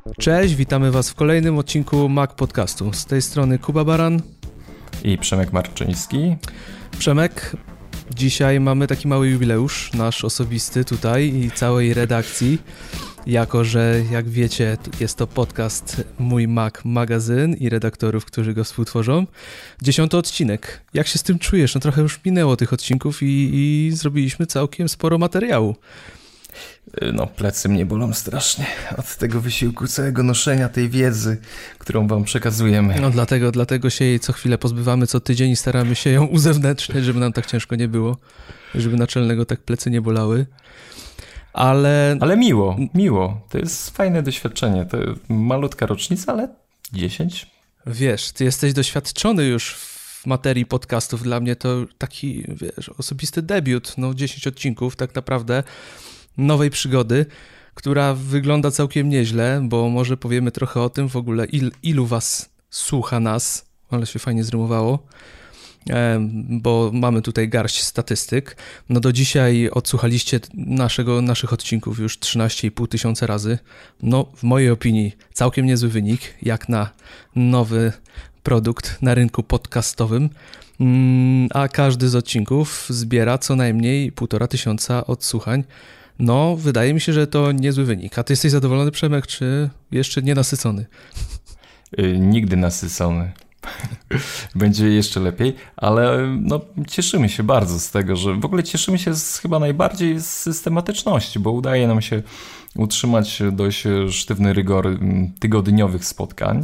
Cześć, witamy Was w kolejnym odcinku Mac Podcastu. Z tej strony Kuba Baran i Przemek Marczyński. Przemek, dzisiaj mamy taki mały jubileusz, nasz osobisty tutaj i całej redakcji, jako że jak wiecie jest to podcast Mój Mac Magazyn i redaktorów, którzy go współtworzą. 10. odcinek. Jak się z tym czujesz? No trochę już minęło tych odcinków i zrobiliśmy całkiem sporo materiału. No, plecy mnie bolą strasznie od tego wysiłku, całego noszenia tej wiedzy, którą wam przekazujemy. No dlatego się jej co chwilę pozbywamy co tydzień i staramy się ją uzewnętrzniać, żeby nam tak ciężko nie było, żeby naczelnego tak plecy nie bolały. Ale miło. To jest fajne doświadczenie. To malutka rocznica, ale 10. Wiesz, ty jesteś doświadczony już w materii podcastów. Dla mnie to taki, wiesz, osobisty debiut. 10 odcinków tak naprawdę nowej przygody, która wygląda całkiem nieźle, bo może powiemy trochę o tym w ogóle, ilu was słucha nas, ale się fajnie zrymowało, bo mamy tutaj garść statystyk. Do dzisiaj odsłuchaliście naszych odcinków już 13,5 tysiąca razy. W mojej opinii całkiem niezły wynik, jak na nowy produkt na rynku podcastowym, a każdy z odcinków zbiera co najmniej 1500 odsłuchań. Wydaje mi się, że to niezły wynik. A ty jesteś zadowolony, Przemek, czy jeszcze nienasycony? Nigdy nasycony. Będzie jeszcze lepiej, ale cieszymy się bardzo z tego, że w ogóle cieszymy się chyba najbardziej z systematyczności, bo udaje nam się utrzymać dość sztywny rygor tygodniowych spotkań.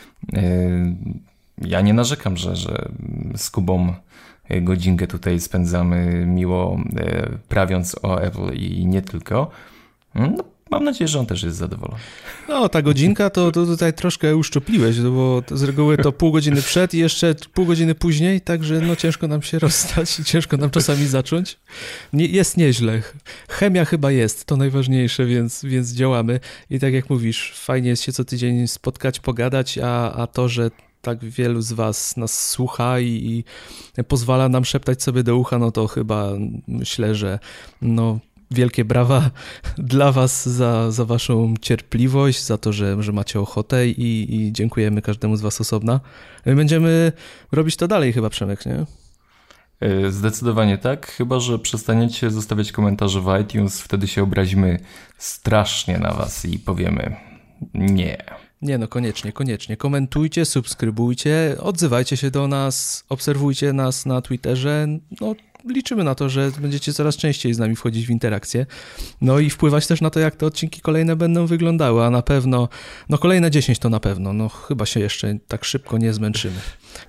Ja nie narzekam, że z Kubą godzinkę tutaj spędzamy miło prawiąc o Apple i nie tylko. Mam nadzieję, że on też jest zadowolony. Ta godzinka to tutaj troszkę uszczupliłeś, bo z reguły to pół godziny przed i jeszcze pół godziny później, także ciężko nam się rozstać i ciężko nam czasami zacząć. Jest nieźle. Chemia chyba jest, to najważniejsze, więc działamy. I tak jak mówisz, fajnie jest się co tydzień spotkać, pogadać, a to, że tak wielu z was nas słucha i pozwala nam szeptać sobie do ucha, to chyba myślę, że wielkie brawa dla was za waszą cierpliwość, za to, że macie ochotę i dziękujemy każdemu z was osobna. Będziemy robić to dalej chyba, Przemek, nie? Zdecydowanie tak, chyba że przestaniecie zostawiać komentarze w iTunes, wtedy się obrazimy strasznie na was i powiemy nie. Nie, koniecznie. Komentujcie, subskrybujcie, odzywajcie się do nas, obserwujcie nas na Twitterze. Liczymy na to, że będziecie coraz częściej z nami wchodzić w interakcję. I wpływać też na to, jak te odcinki kolejne będą wyglądały, a na pewno, kolejne 10 to na pewno. Chyba się jeszcze tak szybko nie zmęczymy.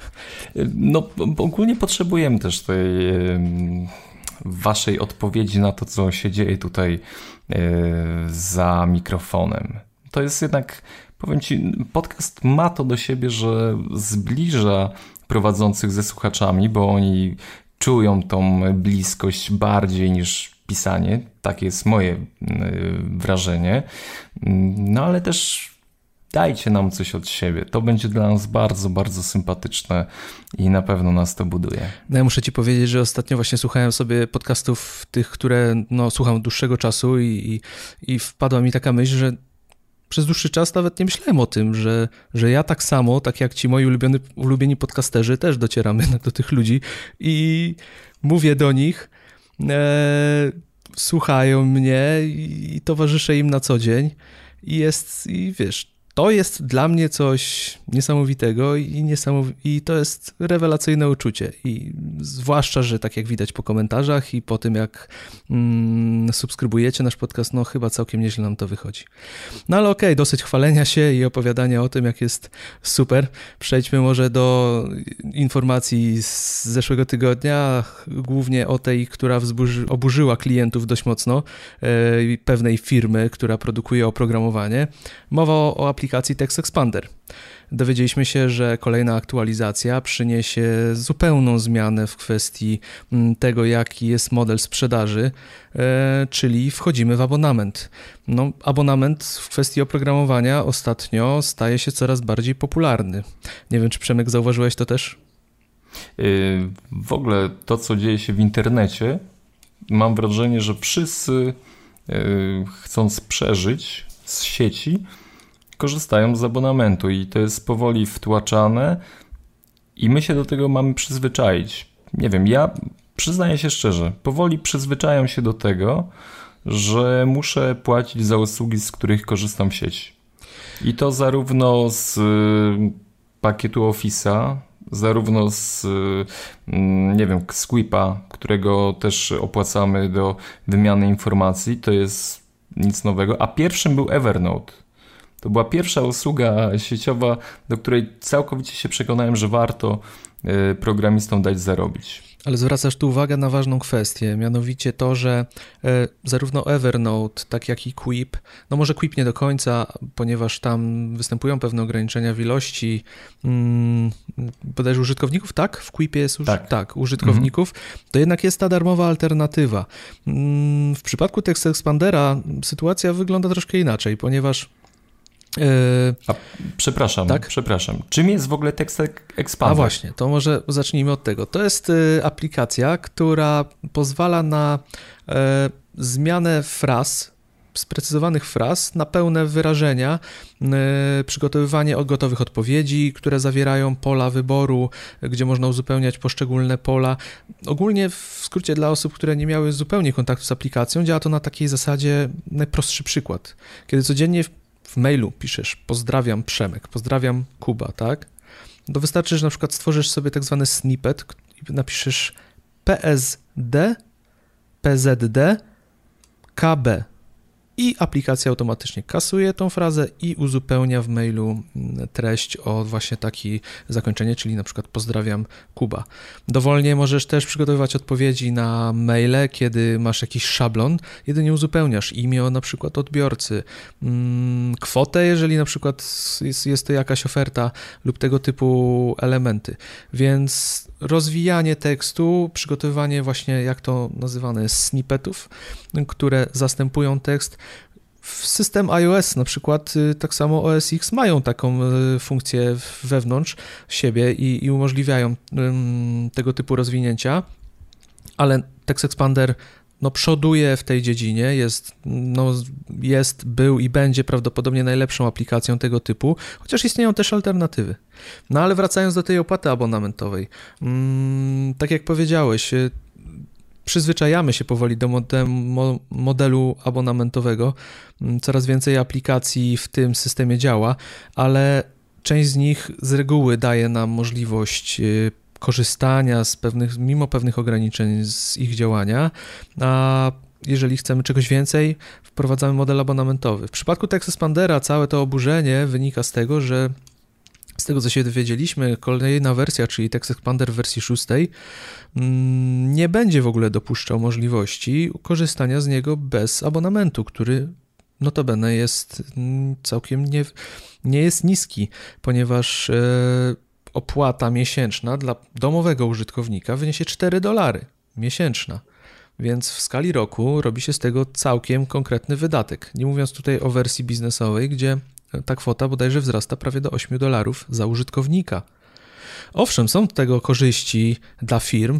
Ogólnie potrzebujemy też tej waszej odpowiedzi na to, co się dzieje tutaj za mikrofonem. To jest jednak, powiem ci, podcast ma to do siebie, że zbliża prowadzących ze słuchaczami, bo oni czują tą bliskość bardziej niż pisanie. Takie jest moje wrażenie. Ale też dajcie nam coś od siebie. To będzie dla nas bardzo, bardzo sympatyczne i na pewno nas to buduje. Ja muszę ci powiedzieć, że ostatnio właśnie słuchałem sobie podcastów tych, które słucham od dłuższego czasu i wpadła mi taka myśl, że przez dłuższy czas nawet nie myślałem o tym, że ja tak samo, tak jak ci moi ulubieni podcasterzy, też docieram jednak do tych ludzi i mówię do nich, słuchają mnie i towarzyszę im na co dzień i wiesz, to jest dla mnie coś niesamowitego i to jest rewelacyjne uczucie. I zwłaszcza, że tak jak widać po komentarzach i po tym, jak subskrybujecie nasz podcast, chyba całkiem nieźle nam to wychodzi. Ale okej, dosyć chwalenia się i opowiadania o tym, jak jest super. Przejdźmy może do informacji z zeszłego tygodnia, głównie o tej, która oburzyła klientów dość mocno, pewnej firmy, która produkuje oprogramowanie. Mowa o aplikacji TextExpander. Dowiedzieliśmy się, że kolejna aktualizacja przyniesie zupełną zmianę w kwestii tego, jaki jest model sprzedaży, czyli wchodzimy w abonament. Abonament w kwestii oprogramowania ostatnio staje się coraz bardziej popularny. Nie wiem, czy Przemek zauważyłeś to też? W ogóle to, co dzieje się w internecie, mam wrażenie, że wszyscy chcąc przeżyć z sieci, korzystają z abonamentu i to jest powoli wtłaczane i my się do tego mamy przyzwyczaić. Nie wiem, ja przyznaję się szczerze, powoli przyzwyczajam się do tego, że muszę płacić za usługi, z których korzystam w sieci. I to zarówno z pakietu Office'a, zarówno z, nie wiem, z Quipa, którego też opłacamy do wymiany informacji, to jest nic nowego, a pierwszym był Evernote. To była pierwsza usługa sieciowa, do której całkowicie się przekonałem, że warto programistom dać zarobić. Ale zwracasz tu uwagę na ważną kwestię, mianowicie to, że zarówno Evernote, tak jak i Quip, no może Quip nie do końca, ponieważ tam występują pewne ograniczenia w ilości bodajże użytkowników, tak? W Quipie jest tak, użytkowników, to jednak jest ta darmowa alternatywa. W przypadku Text Expandera sytuacja wygląda troszkę inaczej, ponieważ Przepraszam. Czym jest w ogóle Text Expander? A właśnie, to może zacznijmy od tego. To jest aplikacja, która pozwala na zmianę fraz, sprecyzowanych fraz na pełne wyrażenia, przygotowywanie gotowych odpowiedzi, które zawierają pola wyboru, gdzie można uzupełniać poszczególne pola. Ogólnie w skrócie dla osób, które nie miały zupełnie kontaktu z aplikacją, działa to na takiej zasadzie, najprostszy przykład. Kiedy codziennie w mailu piszesz pozdrawiam Przemek, pozdrawiam Kuba, tak? To wystarczy, że na przykład stworzysz sobie tak zwany snippet i napiszesz PSD, PZD, KB i aplikacja automatycznie kasuje tą frazę i uzupełnia w mailu treść o właśnie takie zakończenie, czyli na przykład pozdrawiam Kuba. Dowolnie możesz też przygotowywać odpowiedzi na maile, kiedy masz jakiś szablon, jedynie uzupełniasz imię na przykład odbiorcy, kwotę, jeżeli na przykład jest to jakaś oferta lub tego typu elementy. Więc rozwijanie tekstu, przygotowywanie właśnie, jak to nazywane jest, snippetów, które zastępują tekst. W system iOS na przykład, tak samo OS X mają taką funkcję wewnątrz siebie i umożliwiają tego typu rozwinięcia, ale Text Expander przoduje w tej dziedzinie, był i będzie prawdopodobnie najlepszą aplikacją tego typu, chociaż istnieją też alternatywy. No ale wracając do tej opłaty abonamentowej, tak jak powiedziałeś, przyzwyczajamy się powoli do modelu abonamentowego, coraz więcej aplikacji w tym systemie działa, ale część z nich z reguły daje nam możliwość korzystania mimo pewnych ograniczeń z ich działania, a jeżeli chcemy czegoś więcej, wprowadzamy model abonamentowy. W przypadku Text Expandera całe to oburzenie wynika z tego, że z tego, co się dowiedzieliśmy, kolejna wersja, czyli Text Expander w wersji 6, nie będzie w ogóle dopuszczał możliwości korzystania z niego bez abonamentu, który notabene jest całkiem nie jest niski, ponieważ opłata miesięczna dla domowego użytkownika wyniesie $4 miesięczna, więc w skali roku robi się z tego całkiem konkretny wydatek. Nie mówiąc tutaj o wersji biznesowej, gdzie ta kwota bodajże wzrasta prawie do $8 za użytkownika. Owszem, są tego korzyści dla firm,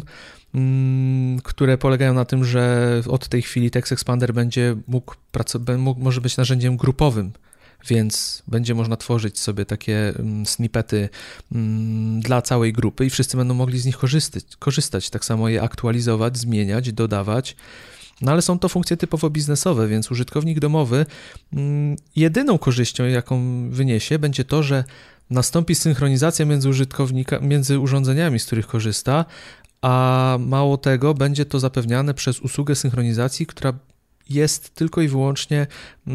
które polegają na tym, że od tej chwili Text Expander może być narzędziem grupowym, więc będzie można tworzyć sobie takie snippety dla całej grupy i wszyscy będą mogli z nich korzystać, tak samo je aktualizować, zmieniać, dodawać. No ale są to funkcje typowo biznesowe, więc użytkownik domowy jedyną korzyścią, jaką wyniesie, będzie to, że nastąpi synchronizacja między urządzeniami, z których korzysta, a mało tego, będzie to zapewniane przez usługę synchronizacji, która jest tylko i wyłącznie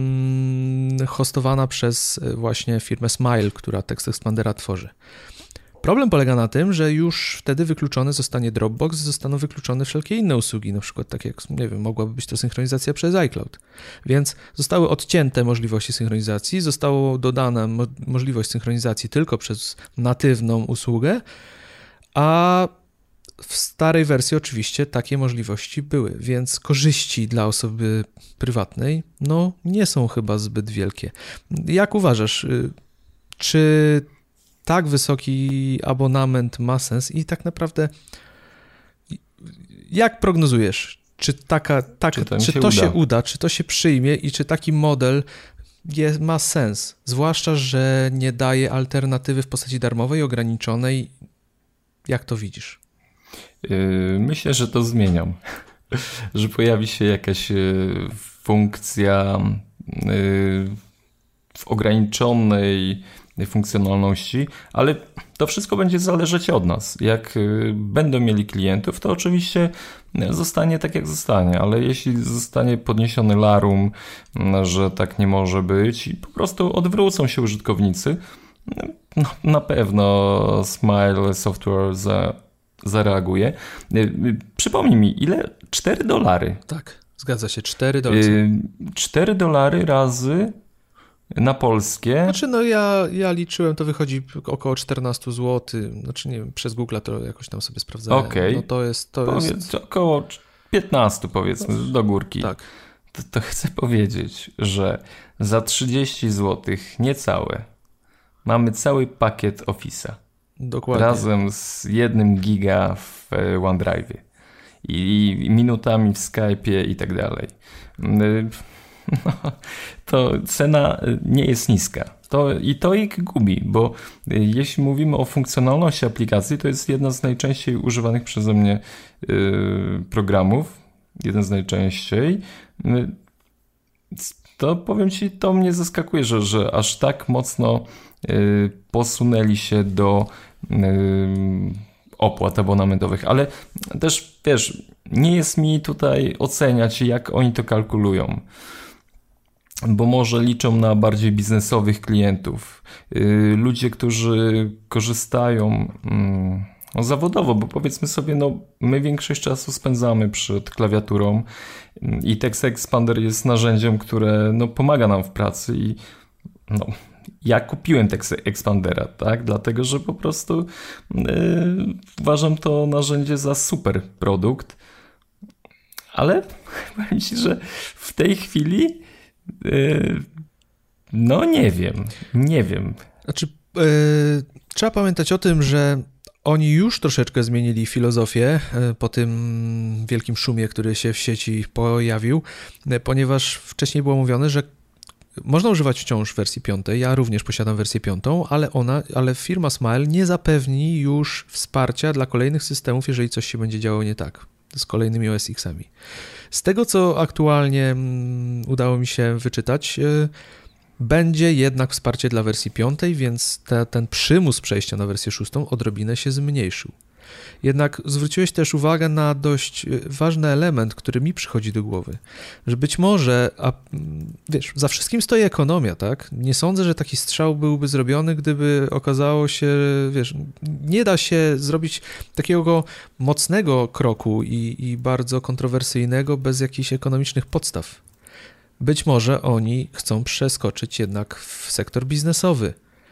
hostowana przez właśnie firmę Smile, która Text Expandera tworzy. Problem polega na tym, że już wtedy wykluczony zostanie Dropbox, zostaną wykluczone wszelkie inne usługi, na przykład tak jak, nie wiem, mogłaby być to synchronizacja przez iCloud. Więc zostały odcięte możliwości synchronizacji, zostało dodana możliwość synchronizacji tylko przez natywną usługę, a w starej wersji oczywiście takie możliwości były, więc korzyści dla osoby prywatnej nie są chyba zbyt wielkie. Jak uważasz, czy tak wysoki abonament ma sens i tak naprawdę jak prognozujesz, czy to się uda, czy to się przyjmie i czy taki model ma sens. Zwłaszcza, że nie daje alternatywy w postaci darmowej, ograniczonej. Jak to widzisz? Myślę, że to zmieniam. Że pojawi się jakaś funkcja w ograniczonej funkcjonalności, ale to wszystko będzie zależeć od nas. Jak będą mieli klientów, to oczywiście zostanie tak, jak zostanie, ale jeśli zostanie podniesiony larum, że tak nie może być i po prostu odwrócą się użytkownicy, no, na pewno Smile Software zareaguje. Przypomnij mi, ile? $4? Tak, zgadza się, $4. $4 razy na polskie. Znaczy, no ja liczyłem, to wychodzi około 14 zł. Znaczy, nie wiem, przez Google to jakoś tam sobie sprawdzałem. Okej. No to jest około 15, powiedzmy, do górki. Tak. To chcę powiedzieć, że za 30 zł niecałe mamy cały pakiet Office'a. Dokładnie. Razem z 1 giga w OneDrive'ie i minutami w Skype'ie i tak dalej. No, to cena nie jest niska. To ich gubi, bo jeśli mówimy o funkcjonalności aplikacji, to jest jedna z najczęściej używanych przeze mnie programów. Jeden z najczęściej. To powiem Ci, to mnie zaskakuje, że aż tak mocno posunęli się do opłat abonamentowych, ale też wiesz, nie jest mi tutaj oceniać, jak oni to kalkulują, bo może liczą na bardziej biznesowych klientów, ludzie, którzy korzystają zawodowo, bo powiedzmy sobie, no my większość czasu spędzamy przed klawiaturą i Text Expander jest narzędziem, które no, pomaga nam w pracy i no, ja kupiłem Text Expandera, tak? Dlatego, że po prostu uważam to narzędzie za super produkt, ale powiem Ci, że w tej chwili no nie wiem. Znaczy, trzeba pamiętać o tym, że oni już troszeczkę zmienili filozofię po tym wielkim szumie, który się w sieci pojawił, ponieważ wcześniej było mówione, że można używać wciąż wersji 5. Ja również posiadam wersję 5, ale firma Smile nie zapewni już wsparcia dla kolejnych systemów, jeżeli coś się będzie działo nie tak z kolejnymi OS X-ami. Z tego, co aktualnie udało mi się wyczytać, będzie jednak wsparcie dla wersji 5, więc ten przymus przejścia na wersję 6 odrobinę się zmniejszył. Jednak zwróciłeś też uwagę na dość ważny element, który mi przychodzi do głowy, że być może, wiesz, za wszystkim stoi ekonomia, tak? Nie sądzę, że taki strzał byłby zrobiony, gdyby okazało się, wiesz, nie da się zrobić takiego mocnego kroku i bardzo kontrowersyjnego bez jakichś ekonomicznych podstaw. Być może oni chcą przeskoczyć jednak w sektor biznesowy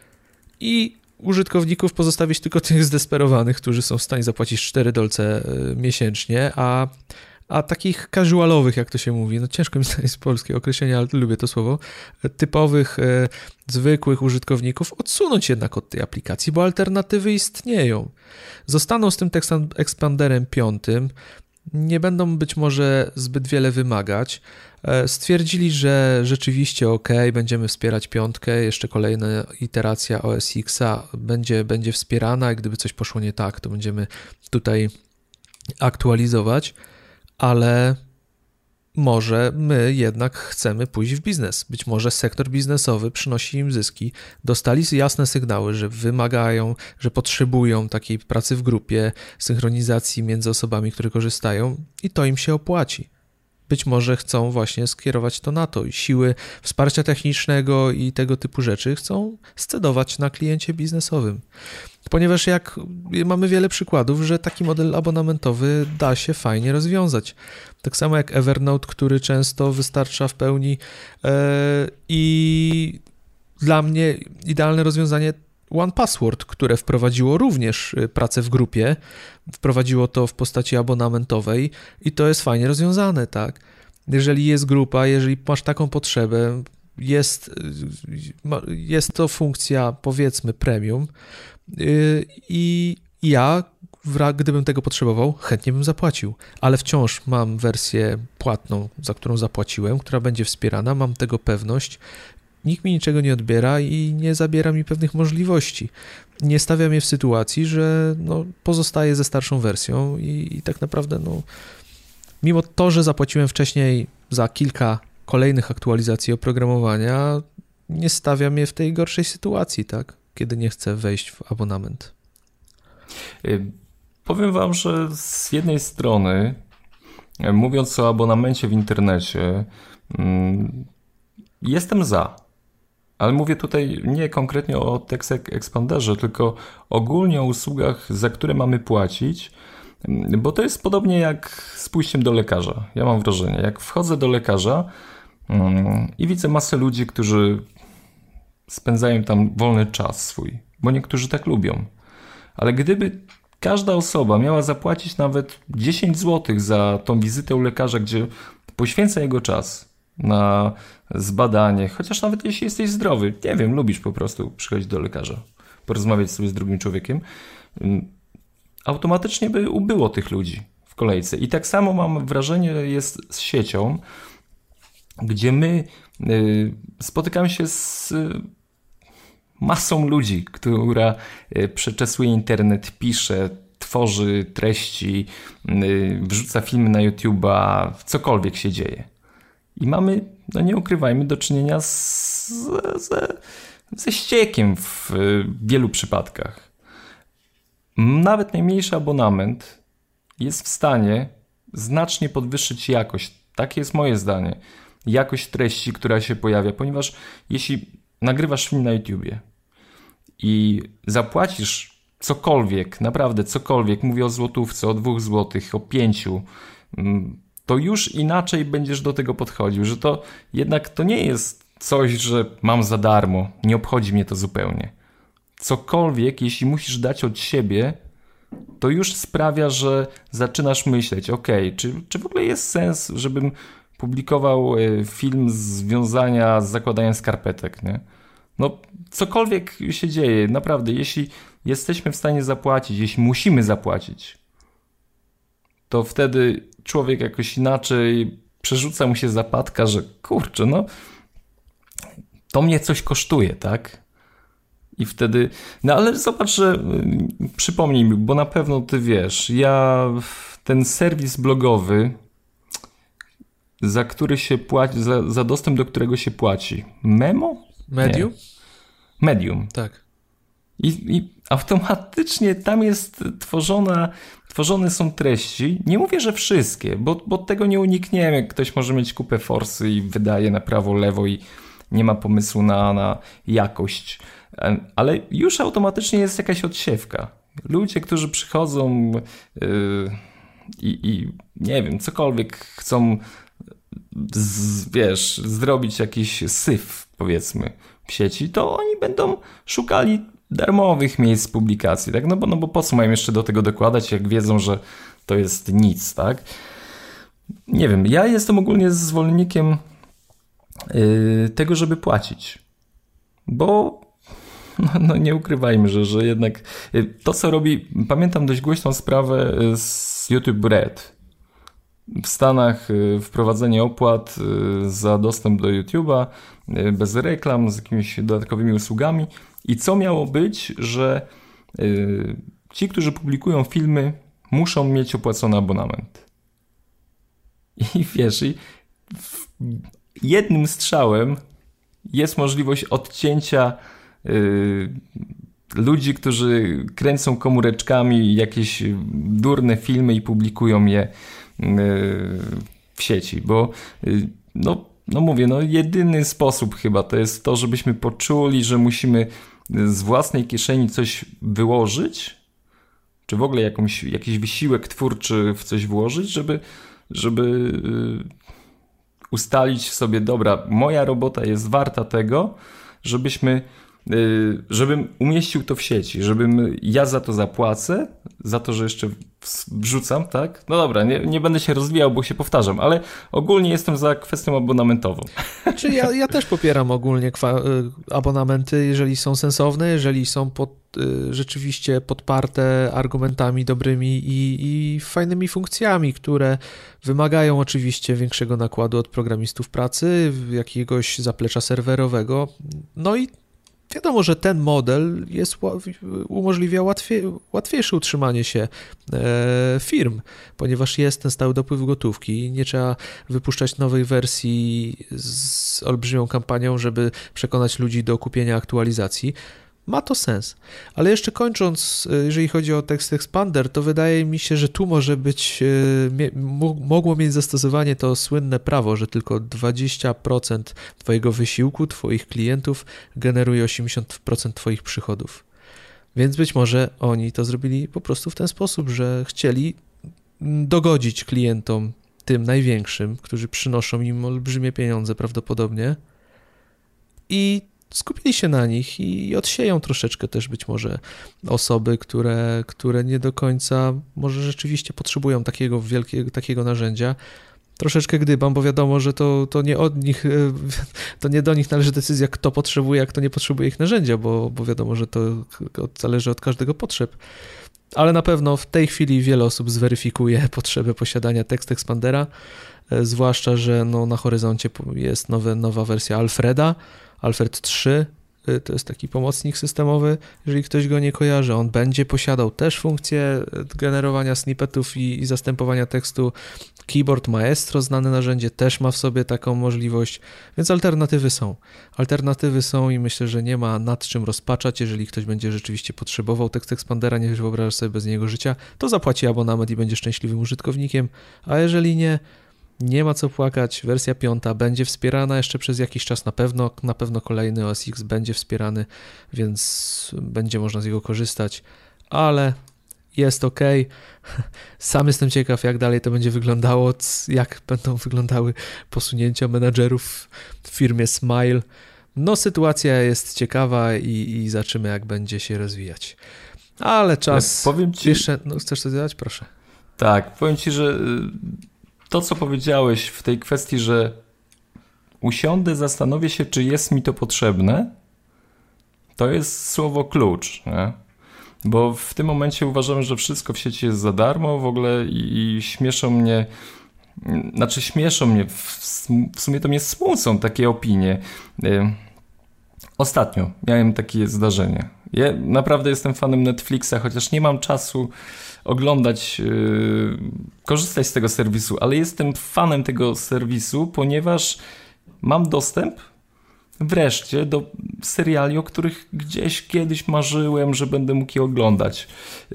i użytkowników pozostawić tylko tych zdesperowanych, którzy są w stanie zapłacić $4 miesięcznie, a takich casualowych, jak to się mówi, no ciężko mi znaleźć polskie określenie, ale lubię to słowo, typowych, zwykłych użytkowników odsunąć jednak od tej aplikacji, bo alternatywy istnieją. Zostaną z tym Text Expanderem 5, nie będą być może zbyt wiele wymagać. Stwierdzili, że rzeczywiście będziemy wspierać 5, jeszcze kolejna iteracja OS X-a będzie wspierana i gdyby coś poszło nie tak, to będziemy tutaj aktualizować, ale może my jednak chcemy pójść w biznes. Być może sektor biznesowy przynosi im zyski. Dostali jasne sygnały, że wymagają, że potrzebują takiej pracy w grupie, synchronizacji między osobami, które korzystają i to im się opłaci. Być może chcą właśnie skierować to na to i siły wsparcia technicznego i tego typu rzeczy chcą scedować na kliencie biznesowym. Ponieważ jak mamy wiele przykładów, że taki model abonamentowy da się fajnie rozwiązać. Tak samo jak Evernote, który często wystarcza w pełni i dla mnie idealne rozwiązanie OnePassword, które wprowadziło również pracę w grupie, wprowadziło to w postaci abonamentowej i to jest fajnie rozwiązane, tak? Jeżeli jest grupa, jeżeli masz taką potrzebę, jest to funkcja, powiedzmy, premium i ja, gdybym tego potrzebował, chętnie bym zapłacił, ale wciąż mam wersję płatną, za którą zapłaciłem, która będzie wspierana, mam tego pewność, nikt mi niczego nie odbiera i nie zabiera mi pewnych możliwości. Nie stawia mnie w sytuacji, że no, pozostaję ze starszą wersją i tak naprawdę no, mimo to, że zapłaciłem wcześniej za kilka kolejnych aktualizacji oprogramowania, nie stawia mnie w tej gorszej sytuacji, tak? Kiedy nie chcę wejść w abonament. Powiem wam, że z jednej strony, mówiąc o abonamencie w internecie, jestem za. Ale mówię tutaj nie konkretnie o Text Expanderze, tylko ogólnie o usługach, za które mamy płacić, bo to jest podobnie jak z pójściem do lekarza. Ja mam wrażenie, jak wchodzę do lekarza i widzę masę ludzi, którzy spędzają tam wolny czas swój, bo niektórzy tak lubią. Ale gdyby każda osoba miała zapłacić nawet 10 zł za tą wizytę u lekarza, gdzie poświęca jego czas na zbadanie, chociaż nawet jeśli jesteś zdrowy, nie wiem, lubisz po prostu przychodzić do lekarza, porozmawiać sobie z drugim człowiekiem, automatycznie by ubyło tych ludzi w kolejce. I tak samo mam wrażenie jest z siecią, gdzie my spotykamy się z masą ludzi, która przeczesuje internet, pisze, tworzy treści, wrzuca filmy na YouTube'a, cokolwiek się dzieje. I mamy, no nie ukrywajmy, do czynienia ze ściekiem w wielu przypadkach. Nawet najmniejszy abonament jest w stanie znacznie podwyższyć jakość, takie jest moje zdanie, jakość treści, która się pojawia, ponieważ jeśli nagrywasz film na YouTubie i zapłacisz cokolwiek, naprawdę cokolwiek, mówię o złotówce, o 2 złotych, o 5, to już inaczej będziesz do tego podchodził, że to jednak to nie jest coś, że mam za darmo, nie obchodzi mnie to zupełnie. Cokolwiek, jeśli musisz dać od siebie, to już sprawia, że zaczynasz myśleć, czy w ogóle jest sens, żebym publikował film z wiązania z zakładaniem skarpetek, nie? No, cokolwiek się dzieje, naprawdę, jeśli jesteśmy w stanie zapłacić, jeśli musimy zapłacić, to wtedy człowiek jakoś inaczej przerzuca mu się zapadka, że kurczę, no to mnie coś kosztuje, tak? I wtedy, no ale zobacz, że przypomnij mi, bo na pewno ty wiesz, ja ten serwis blogowy, za który się płaci, za dostęp do którego się płaci, Medium? Nie. Medium. Tak. I automatycznie tam jest tworzone są treści. Nie mówię, że wszystkie, bo tego nie unikniemy. Ktoś może mieć kupę forsy i wydaje na prawo, lewo i nie ma pomysłu na jakość. Ale już automatycznie jest jakaś odsiewka. Ludzie, którzy przychodzą i nie wiem, cokolwiek chcą zrobić jakiś syf, powiedzmy, w sieci, to oni będą szukali darmowych miejsc publikacji, tak? No bo po co mają jeszcze do tego dokładać, jak wiedzą, że to jest nic, tak? Nie wiem, ja jestem ogólnie zwolennikiem tego, żeby płacić, bo no nie ukrywajmy, że jednak to, co robi, pamiętam dość głośną sprawę z YouTube Red. W Stanach wprowadzenie opłat za dostęp do YouTube'a bez reklam, z jakimiś dodatkowymi usługami. I co miało być, że ci, którzy publikują filmy, muszą mieć opłacony abonament. I wiesz, jednym strzałem jest możliwość odcięcia ludzi, którzy kręcą komóreczkami jakieś durne filmy i publikują je w sieci, bo no mówię, jedyny sposób chyba to jest to, żebyśmy poczuli, że musimy z własnej kieszeni coś wyłożyć, czy w ogóle jakiś wysiłek twórczy w coś włożyć, żeby ustalić sobie, dobra, moja robota jest warta tego, żebyśmy żebym umieścił to w sieci, żebym ja za to zapłacę, za to, że jeszcze wrzucam, tak? No dobra, nie będę się rozwijał, bo się powtarzam, ale ogólnie jestem za kwestią abonamentową. Znaczy ja też popieram ogólnie abonamenty, jeżeli są sensowne, jeżeli są rzeczywiście podparte argumentami dobrymi i fajnymi funkcjami, które wymagają oczywiście większego nakładu od programistów pracy, jakiegoś zaplecza serwerowego. No i wiadomo, że ten model umożliwia łatwiejsze utrzymanie się firm, ponieważ jest ten stały dopływ gotówki. Nie trzeba wypuszczać nowej wersji z olbrzymią kampanią, żeby przekonać ludzi do kupienia aktualizacji. Ma to sens. Ale jeszcze kończąc, jeżeli chodzi o Text Expander, to wydaje mi się, że tu może być, mogło mieć zastosowanie to słynne prawo, że tylko 20% twojego wysiłku, twoich klientów generuje 80% twoich przychodów. Więc być może oni to zrobili po prostu w ten sposób, że chcieli dogodzić klientom, tym największym, którzy przynoszą im olbrzymie pieniądze prawdopodobnie, i skupili się na nich i odsieją troszeczkę też być może osoby, które nie do końca może rzeczywiście potrzebują takiego narzędzia. Troszeczkę gdybam, bo wiadomo, że to nie od nich, to nie do nich należy decyzja, kto potrzebuje, a kto nie potrzebuje ich narzędzia, bo wiadomo, że to zależy od każdego potrzeb. Ale na pewno w tej chwili wiele osób zweryfikuje potrzebę posiadania Text Expandera, zwłaszcza, że na horyzoncie jest nowa wersja Alfreda, Alfred 3, to jest taki pomocnik systemowy, jeżeli ktoś go nie kojarzy. On będzie posiadał też funkcję generowania snippetów i zastępowania tekstu. Keyboard Maestro, znane narzędzie, też ma w sobie taką możliwość, więc alternatywy są i myślę, że nie ma nad czym rozpaczać. Jeżeli ktoś będzie rzeczywiście potrzebował Text Expandera, nie wyobrażasz sobie bez niego życia, to zapłaci abonament i będzie szczęśliwym użytkownikiem, a jeżeli nie ma co płakać, wersja 5 będzie wspierana jeszcze przez jakiś czas, na pewno kolejny OS X będzie wspierany, więc będzie można z niego korzystać, ale jest ok. Sam jestem ciekaw, jak dalej to będzie wyglądało, jak będą wyglądały posunięcia menadżerów w firmie Smile. Sytuacja jest ciekawa i zobaczymy, jak będzie się rozwijać. Ale czas... Powiem ci... Jeszcze, chcesz coś dodać? Proszę. Tak, powiem ci, że to, co powiedziałeś w tej kwestii, że usiądę, zastanowię się, czy jest mi to potrzebne, to jest słowo klucz, nie? Bo w tym momencie uważam, że wszystko w sieci jest za darmo w ogóle i śmieszą mnie, w sumie to mnie smucą takie opinie. Ostatnio miałem takie zdarzenie. Ja naprawdę jestem fanem Netflixa, chociaż nie mam czasu oglądać, korzystać z tego serwisu, ale jestem fanem tego serwisu, ponieważ mam dostęp wreszcie do seriali, o których gdzieś kiedyś marzyłem, że będę mógł je oglądać.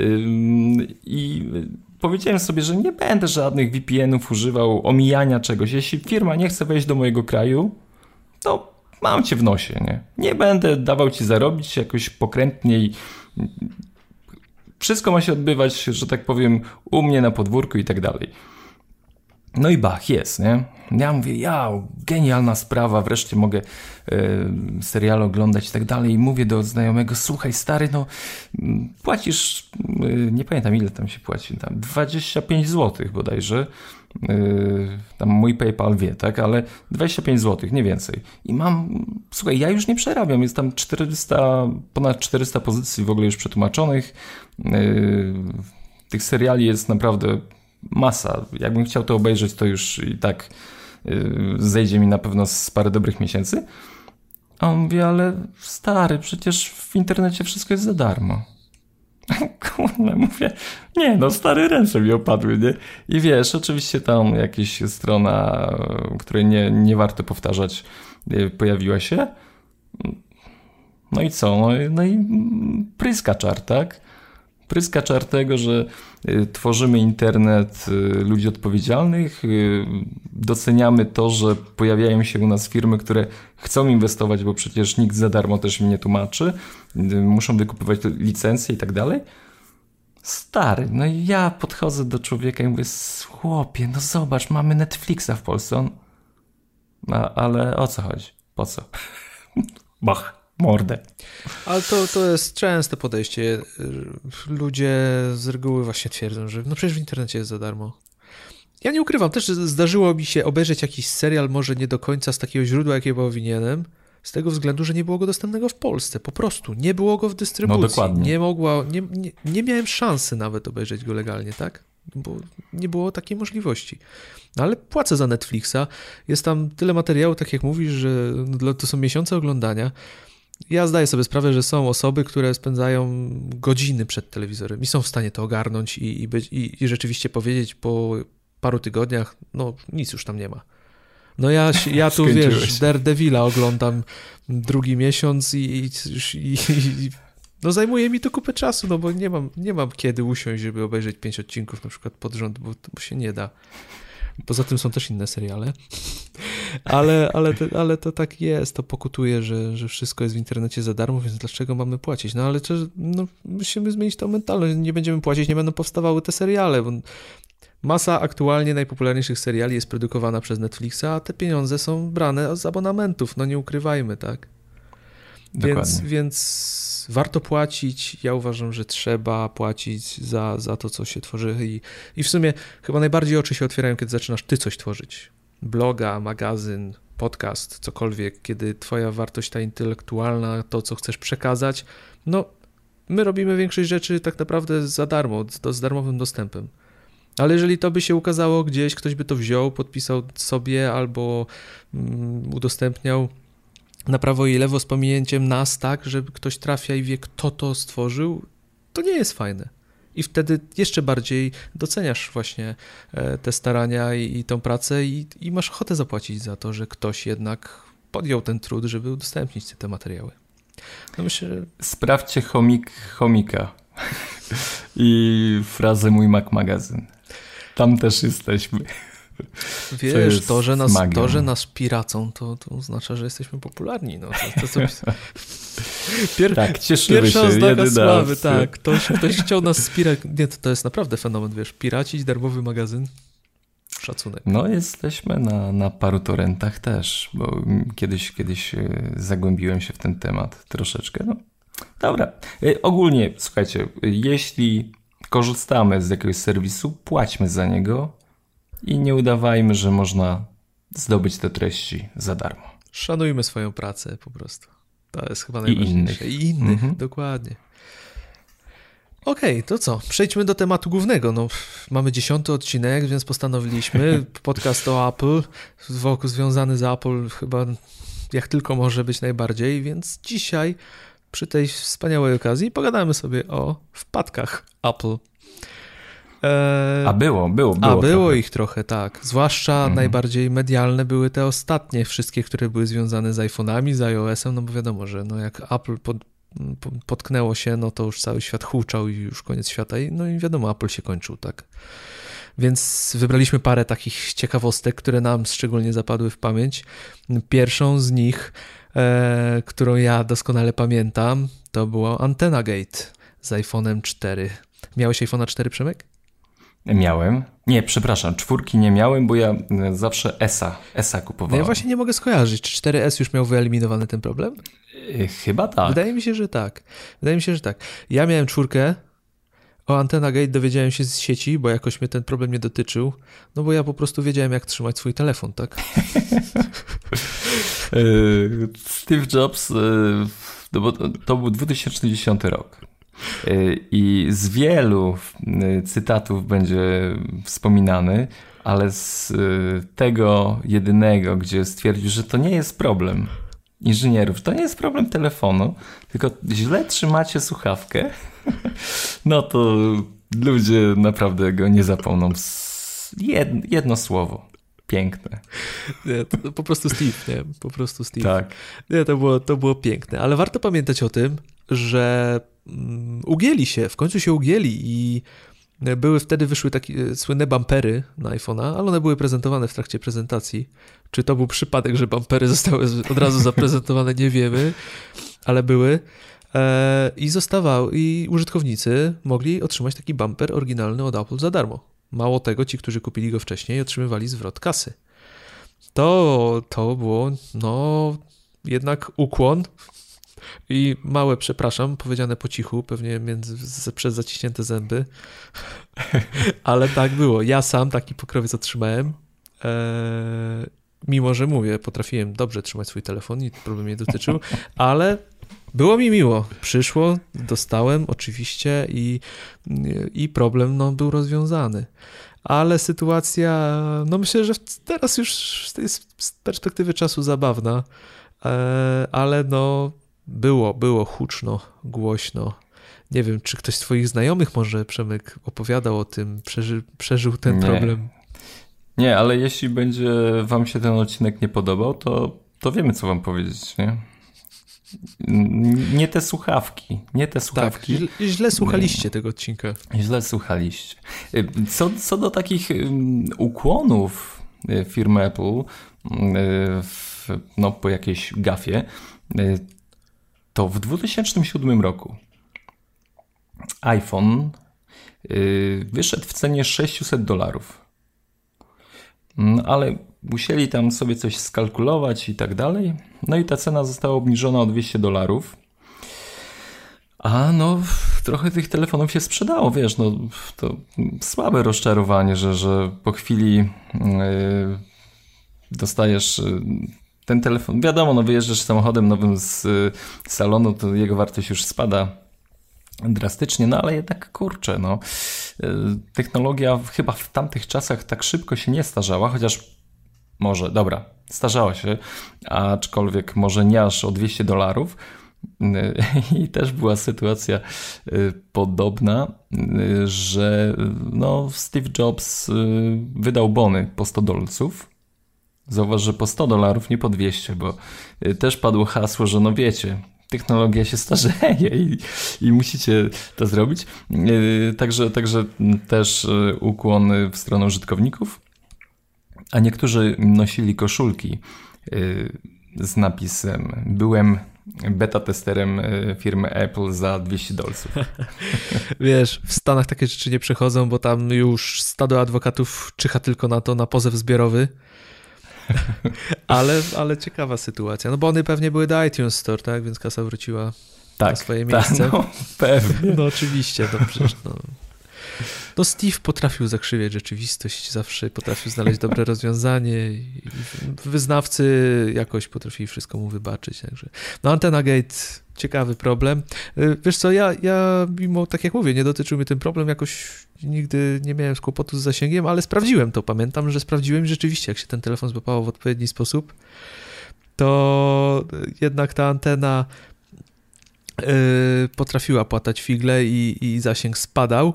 I powiedziałem sobie, że nie będę żadnych VPN-ów używał, omijania czegoś. Jeśli firma nie chce wejść do mojego kraju, to mam cię w nosie, nie? Nie będę dawał ci zarobić jakoś pokrętniej. Wszystko ma się odbywać, że tak powiem, u mnie na podwórku i tak dalej. No i jest, nie? Ja mówię, genialna sprawa, wreszcie mogę serial oglądać i tak dalej. I mówię do znajomego, słuchaj stary, płacisz, nie pamiętam ile tam się płaci, tam 25 zł bodajże. Tam mój PayPal wie, tak, ale 25 zł, nie więcej. I słuchaj, ja już nie przerabiam, jest tam ponad 400 pozycji w ogóle już przetłumaczonych. Tych seriali jest naprawdę masa. Jakbym chciał to obejrzeć, to już i tak zejdzie mi na pewno z parę dobrych miesięcy. A on mówi, ale stary, przecież w internecie wszystko jest za darmo. Kurwa, mówię, stary, ręce mi opadły, nie? I wiesz, oczywiście tam jakaś strona, której nie warto powtarzać, pojawiła się. No i co? No i pryskaczar, tak? Pryskaczar tego, że tworzymy internet ludzi odpowiedzialnych, doceniamy to, że pojawiają się u nas firmy, które chcą inwestować, bo przecież nikt za darmo też mi nie tłumaczy, muszą wykupywać licencje i tak dalej. Stary, i ja podchodzę do człowieka i mówię, chłopie, zobacz, mamy Netflixa w Polsce. Ale o co chodzi? Po co? mordę. Ale to jest częste podejście. Ludzie z reguły właśnie twierdzą, że no przecież w internecie jest za darmo. Ja nie ukrywam, też zdarzyło mi się obejrzeć jakiś serial, może nie do końca z takiego źródła, jakiego powinienem, z tego względu, że nie było go dostępnego w Polsce. Po prostu nie było go w dystrybucji. No dokładnie. Nie miałem szansy nawet obejrzeć go legalnie, tak? Bo nie było takiej możliwości. No ale płacę za Netflixa, jest tam tyle materiału, tak jak mówisz, że to są miesiące oglądania. Ja zdaję sobie sprawę, że są osoby, które spędzają godziny przed telewizorem i są w stanie to ogarnąć i rzeczywiście powiedzieć po paru tygodniach, no nic już tam nie ma. No ja tu, wiesz, Daredevila oglądam drugi miesiąc i no zajmuje mi to kupę czasu, no bo nie mam kiedy usiąść, żeby obejrzeć 5 odcinków na przykład pod rząd, bo się nie da. Poza tym są też inne seriale. Ale to tak jest, to pokutuje, że wszystko jest w internecie za darmo, więc dlaczego mamy płacić? No ale musimy zmienić tą mentalność, nie będziemy płacić, nie będą powstawały te seriale, bo masa aktualnie najpopularniejszych seriali jest produkowana przez Netflixa, a te pieniądze są brane z abonamentów, no nie ukrywajmy, tak? Więc warto płacić. Ja uważam, że trzeba płacić za to, co się tworzy i w sumie chyba najbardziej oczy się otwierają, kiedy zaczynasz ty coś tworzyć. Bloga, magazyn, podcast, cokolwiek, kiedy twoja wartość ta intelektualna, to, co chcesz przekazać, no my robimy większość rzeczy tak naprawdę za darmo, z darmowym dostępem. Ale jeżeli to by się ukazało gdzieś, ktoś by to wziął, podpisał sobie albo udostępniał na prawo i lewo z pominięciem nas, tak, że ktoś trafia i wie, kto to stworzył, to nie jest fajne. I wtedy jeszcze bardziej doceniasz właśnie te starania i tą pracę i masz ochotę zapłacić za to, że ktoś jednak podjął ten trud, żeby udostępnić te materiały. No myślę, że... Sprawdźcie chomika i frazę Mój Mac Magazyn. Tam też jesteśmy. Wiesz, to, że nas piracą, to oznacza, że jesteśmy popularni. No, tak, cieszymy pierwsza się. oznaka sławy, tak. Ktoś chciał nas spirać. Nie, to jest naprawdę fenomen, wiesz, piracić darmowy magazyn. Szacunek. No, jesteśmy na paru torrentach też, bo kiedyś zagłębiłem się w ten temat troszeczkę. No. Dobra. Ogólnie, słuchajcie, jeśli korzystamy z jakiegoś serwisu, płaćmy za niego i nie udawajmy, że można zdobyć te treści za darmo. Szanujmy swoją pracę po prostu. To jest chyba najważniejsze. I innych, dokładnie. Okej, to co? Przejdźmy do tematu głównego. No, mamy 10. odcinek, więc postanowiliśmy podcast o Apple, wokół związany z Apple chyba jak tylko może być najbardziej, więc dzisiaj przy tej wspaniałej okazji pogadamy sobie o wpadkach Apple. Było ich trochę, tak. Zwłaszcza najbardziej medialne były te ostatnie, wszystkie, które były związane z iPhone'ami, z iOS-em, no bo wiadomo, że no jak Apple potknęło się, no to już cały świat huczał i już koniec świata no i wiadomo, Apple się kończył, tak. Więc wybraliśmy parę takich ciekawostek, które nam szczególnie zapadły w pamięć. Pierwszą z nich, którą ja doskonale pamiętam, to była Antenna Gate z iPhone'em 4. Miałeś iPhone'a 4, Przemek? Miałem. Nie, przepraszam, 4 nie miałem, bo ja zawsze ESA kupowałem. No ja właśnie nie mogę skojarzyć, czy 4S już miał wyeliminowany ten problem? Chyba tak. Wydaje mi się, że tak. Ja miałem 4. O Antenna Gate dowiedziałem się z sieci, bo jakoś mnie ten problem nie dotyczył. No bo ja po prostu wiedziałem, jak trzymać swój telefon, tak? Steve Jobs, no bo to był 2010 rok. I z wielu cytatów będzie wspominany, ale z tego jedynego, gdzie stwierdził, że to nie jest problem inżynierów, to nie jest problem telefonu, tylko źle trzymacie słuchawkę, no to ludzie naprawdę go nie zapomną. Jedno słowo. Piękne. Nie, to po prostu Steve, nie? Po prostu Steve. Tak. Nie, to było piękne, ale warto pamiętać o tym, że w końcu się ugięli i wtedy wyszły takie słynne bumpery na iPhone'a, ale one były prezentowane w trakcie prezentacji. Czy to był przypadek, że bumpery zostały od razu zaprezentowane, nie wiemy, ale były. I użytkownicy mogli otrzymać taki bumper oryginalny od Apple za darmo. Mało tego, ci, którzy kupili go wcześniej, otrzymywali zwrot kasy. To było, no, jednak ukłon I małe przepraszam, powiedziane po cichu, pewnie przez zaciśnięte zęby. Ale tak było. Ja sam taki pokrowiec otrzymałem. Mimo, że mówię, potrafiłem dobrze trzymać swój telefon i problem nie dotyczył, ale było mi miło. Przyszło, dostałem oczywiście i problem był rozwiązany. Ale sytuacja, myślę, że teraz już z perspektywy czasu zabawna, ale było huczno, głośno. Nie wiem, czy ktoś z twoich znajomych może, Przemek, opowiadał o tym, przeżył ten problem. Nie, ale jeśli będzie wam się ten odcinek nie podobał, to wiemy, co wam powiedzieć, nie? Nie te słuchawki. Tak, źle słuchaliście tego odcinka. Źle słuchaliście. Co do takich ukłonów firmy Apple po jakiejś gafie, to w 2007 roku iPhone wyszedł w cenie $600. Ale musieli tam sobie coś skalkulować i tak dalej. No i ta cena została obniżona o $200. A trochę tych telefonów się sprzedało, wiesz, to słabe rozczarowanie, że po chwili dostajesz ten telefon. Wiadomo, wyjeżdżasz samochodem nowym z salonu, to jego wartość już spada drastycznie, ale jednak kurczę, technologia chyba w tamtych czasach tak szybko się nie starzała, chociaż starzała się, aczkolwiek może nie aż o $200. I też była sytuacja podobna, że Steve Jobs wydał bony po $100. Zauważ, że po $100, nie po 200, bo też padło hasło, że wiecie, technologia się starzeje i musicie to zrobić. Także też ukłon w stronę użytkowników. A niektórzy nosili koszulki z napisem: byłem beta testerem firmy Apple za $200. Wiesz, w Stanach takie rzeczy nie przechodzą, bo tam już stado adwokatów czyha tylko na pozew zbiorowy. Ale ciekawa sytuacja. Bo one pewnie były do iTunes Store, tak? Więc kasa wróciła na swoje miejsce. Pewnie. Oczywiście, przecież Steve potrafił zakrzywiać rzeczywistość, zawsze potrafił znaleźć dobre rozwiązanie i wyznawcy jakoś potrafili wszystko mu wybaczyć. Także. Antenna Gate, ciekawy problem. Wiesz co, ja mimo, tak jak mówię, nie dotyczył mnie ten problem, jakoś nigdy nie miałem kłopotu z zasięgiem, ale sprawdziłem to. Pamiętam, że sprawdziłem rzeczywiście, jak się ten telefon złapało w odpowiedni sposób, to jednak ta antena potrafiła płatać figle i zasięg spadał,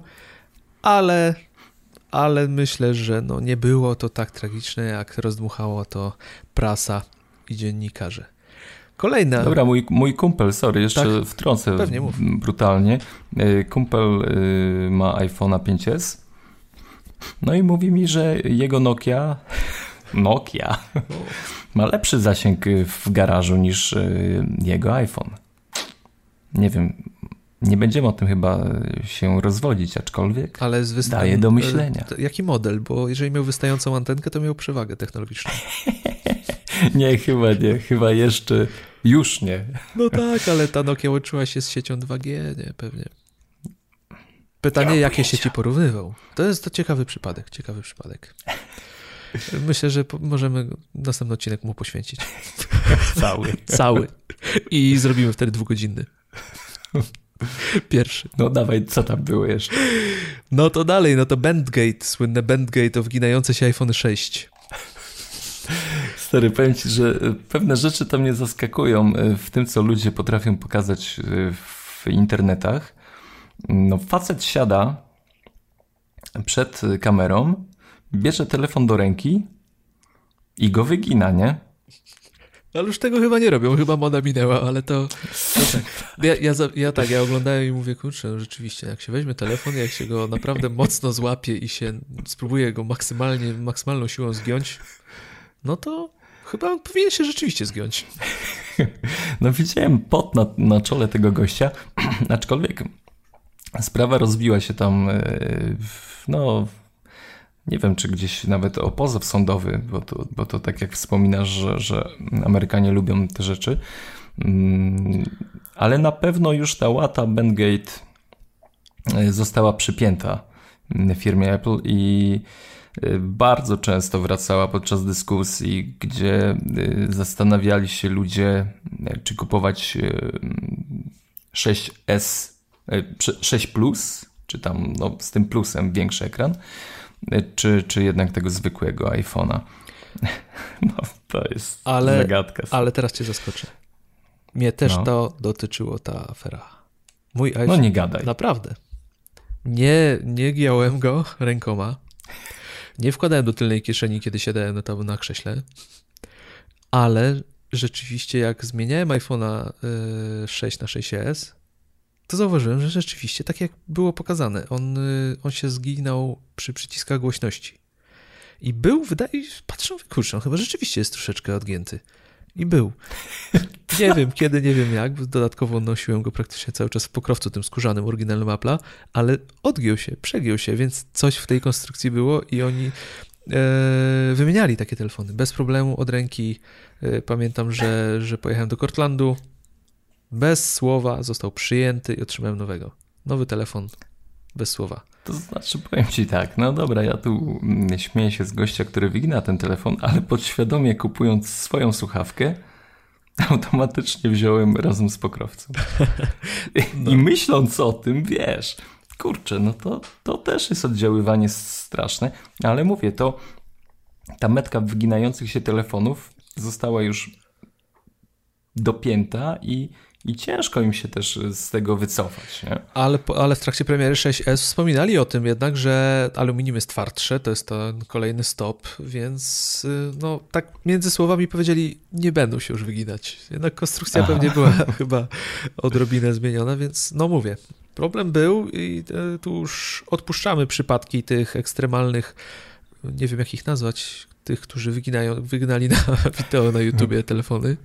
ale myślę, że nie było to tak tragiczne, jak rozdmuchało to prasa i dziennikarze. Kolejna. Dobra, mój kumpel, jeszcze wtrącę brutalnie. Kumpel ma iPhone'a 5S. I mówi mi, że jego Nokia ma lepszy zasięg w garażu niż jego iPhone. Nie wiem, nie będziemy o tym chyba się rozwodzić, aczkolwiek ale daje do myślenia. Jaki model? Bo jeżeli miał wystającą antenkę, to miał przewagę technologiczną. Nie, chyba jeszcze już nie. Tak, ale ta Nokia łączyła się z siecią 2G, nie, pewnie. Pytanie, jakie sieci porównywał? To jest ciekawy przypadek. Myślę, że możemy następny odcinek mu poświęcić. Cały. I zrobimy wtedy 2-godzinny. Pierwszy. Dawaj, co tam było jeszcze? To dalej, to Bandgate, słynne Bandgate, wginające się iPhone 6. Stary, powiem ci, że pewne rzeczy tam mnie zaskakują w tym, co ludzie potrafią pokazać w internetach. Facet siada przed kamerą, bierze telefon do ręki i go wygina, nie? Ale już tego chyba nie robią, chyba moda minęła, ale to tak. Ja oglądałem i mówię, kurczę, rzeczywiście, jak się weźmie telefon, jak się go naprawdę mocno złapie i się spróbuje go maksymalną siłą zgiąć, to chyba powinien się rzeczywiście zgiąć. Widziałem pot na czole tego gościa, aczkolwiek sprawa rozbiła się tam, nie wiem, czy gdzieś nawet o pozew sądowy, bo to tak jak wspominasz, że Amerykanie lubią te rzeczy. Ale na pewno już ta łata Bandgate została przypięta firmie Apple i bardzo często wracała podczas dyskusji, gdzie zastanawiali się ludzie, czy kupować 6S, 6 Plus, czy tam z tym plusem większy ekran, czy jednak tego zwykłego iPhone'a. No, to jest zagadka. Ale teraz cię zaskoczę. Mnie też to dotyczyło, ta afera. Mój iPhone. No nie gadaj. Naprawdę. Nie giąłem go rękoma. Nie wkładałem do tylnej kieszeni, kiedy siadałem na krześle. Ale rzeczywiście jak zmieniałem iPhone'a 6 na 6S, to zauważyłem, że rzeczywiście tak jak było pokazane, on się zginął przy przyciskach głośności. I patrzę, kurczę, on chyba rzeczywiście jest troszeczkę odgięty. I był. Nie wiem kiedy, nie wiem jak, dodatkowo nosiłem go praktycznie cały czas w pokrowcu tym skórzanym, oryginalnym Apple'a, ale przegiął się, więc coś w tej konstrukcji było i oni wymieniali takie telefony bez problemu od ręki. Pamiętam, że pojechałem do Cortlandu, bez słowa został przyjęty i otrzymałem nowy telefon bez słowa. To znaczy, powiem ci tak, no dobra, ja tu śmieję się z gościa, który wygina ten telefon, ale podświadomie kupując swoją słuchawkę, automatycznie wziąłem razem z pokrowcem. I myśląc o tym, wiesz, kurczę, no to też jest oddziaływanie straszne, ale mówię, ta metka wyginających się telefonów została już dopięta i ciężko im się też z tego wycofać. Nie? Ale w trakcie premiery 6S wspominali o tym jednak, że aluminium jest twardsze, to jest ten kolejny stop, więc no tak między słowami powiedzieli, nie będą się już wyginać. Jednak konstrukcja pewnie była chyba odrobinę zmieniona, więc no mówię, problem był i tu już odpuszczamy przypadki tych ekstremalnych, nie wiem jak ich nazwać, tych, którzy wygnali na wideo na YouTubie telefony,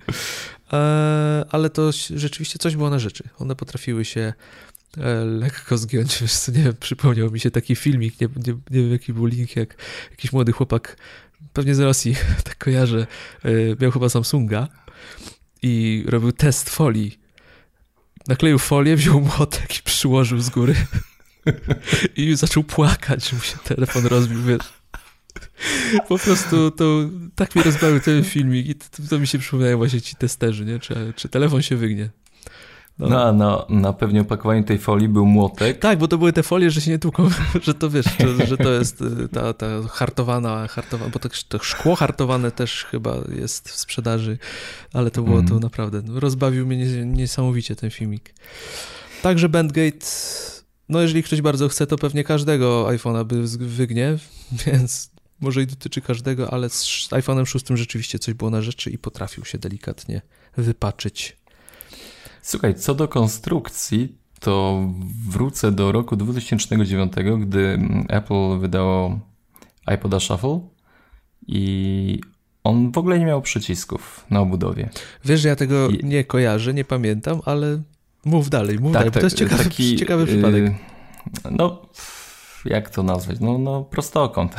ale to rzeczywiście coś było na rzeczy. One potrafiły się lekko zgiąć. Wiesz co, nie wiem, przypomniał mi się taki filmik, nie wiem jaki był link, jak jakiś młody chłopak, pewnie z Rosji, tak kojarzę, miał chyba Samsunga i robił test folii. Nakleił folię, wziął młotek i przyłożył z góry i zaczął płakać, że mu się telefon rozbił, wiesz. Po prostu to tak mnie rozbawił ten filmik i to mi się przypomniają właśnie ci testerzy, nie? Czy telefon się wygnie. Na pewnie opakowaniu tej folii był młotek. Tak, bo to były te folie, że się nie tłuką, że to wiesz, że to jest ta hartowana, bo to szkło hartowane też chyba jest w sprzedaży, ale to było to naprawdę, rozbawił mnie niesamowicie ten filmik. Także Bandgate, no jeżeli ktoś bardzo chce, to pewnie każdego iPhone'a wygnie, więc może i dotyczy każdego, ale z iPhone'em 6 rzeczywiście coś było na rzeczy i potrafił się delikatnie wypaczyć. Słuchaj, co do konstrukcji, to wrócę do roku 2009, gdy Apple wydało iPoda Shuffle i on w ogóle nie miał przycisków na obudowie. Wiesz, że ja tego nie kojarzę, nie pamiętam, ale mów dalej, bo to jest ciekawy przypadek. No, jak to nazwać? No prostokąt.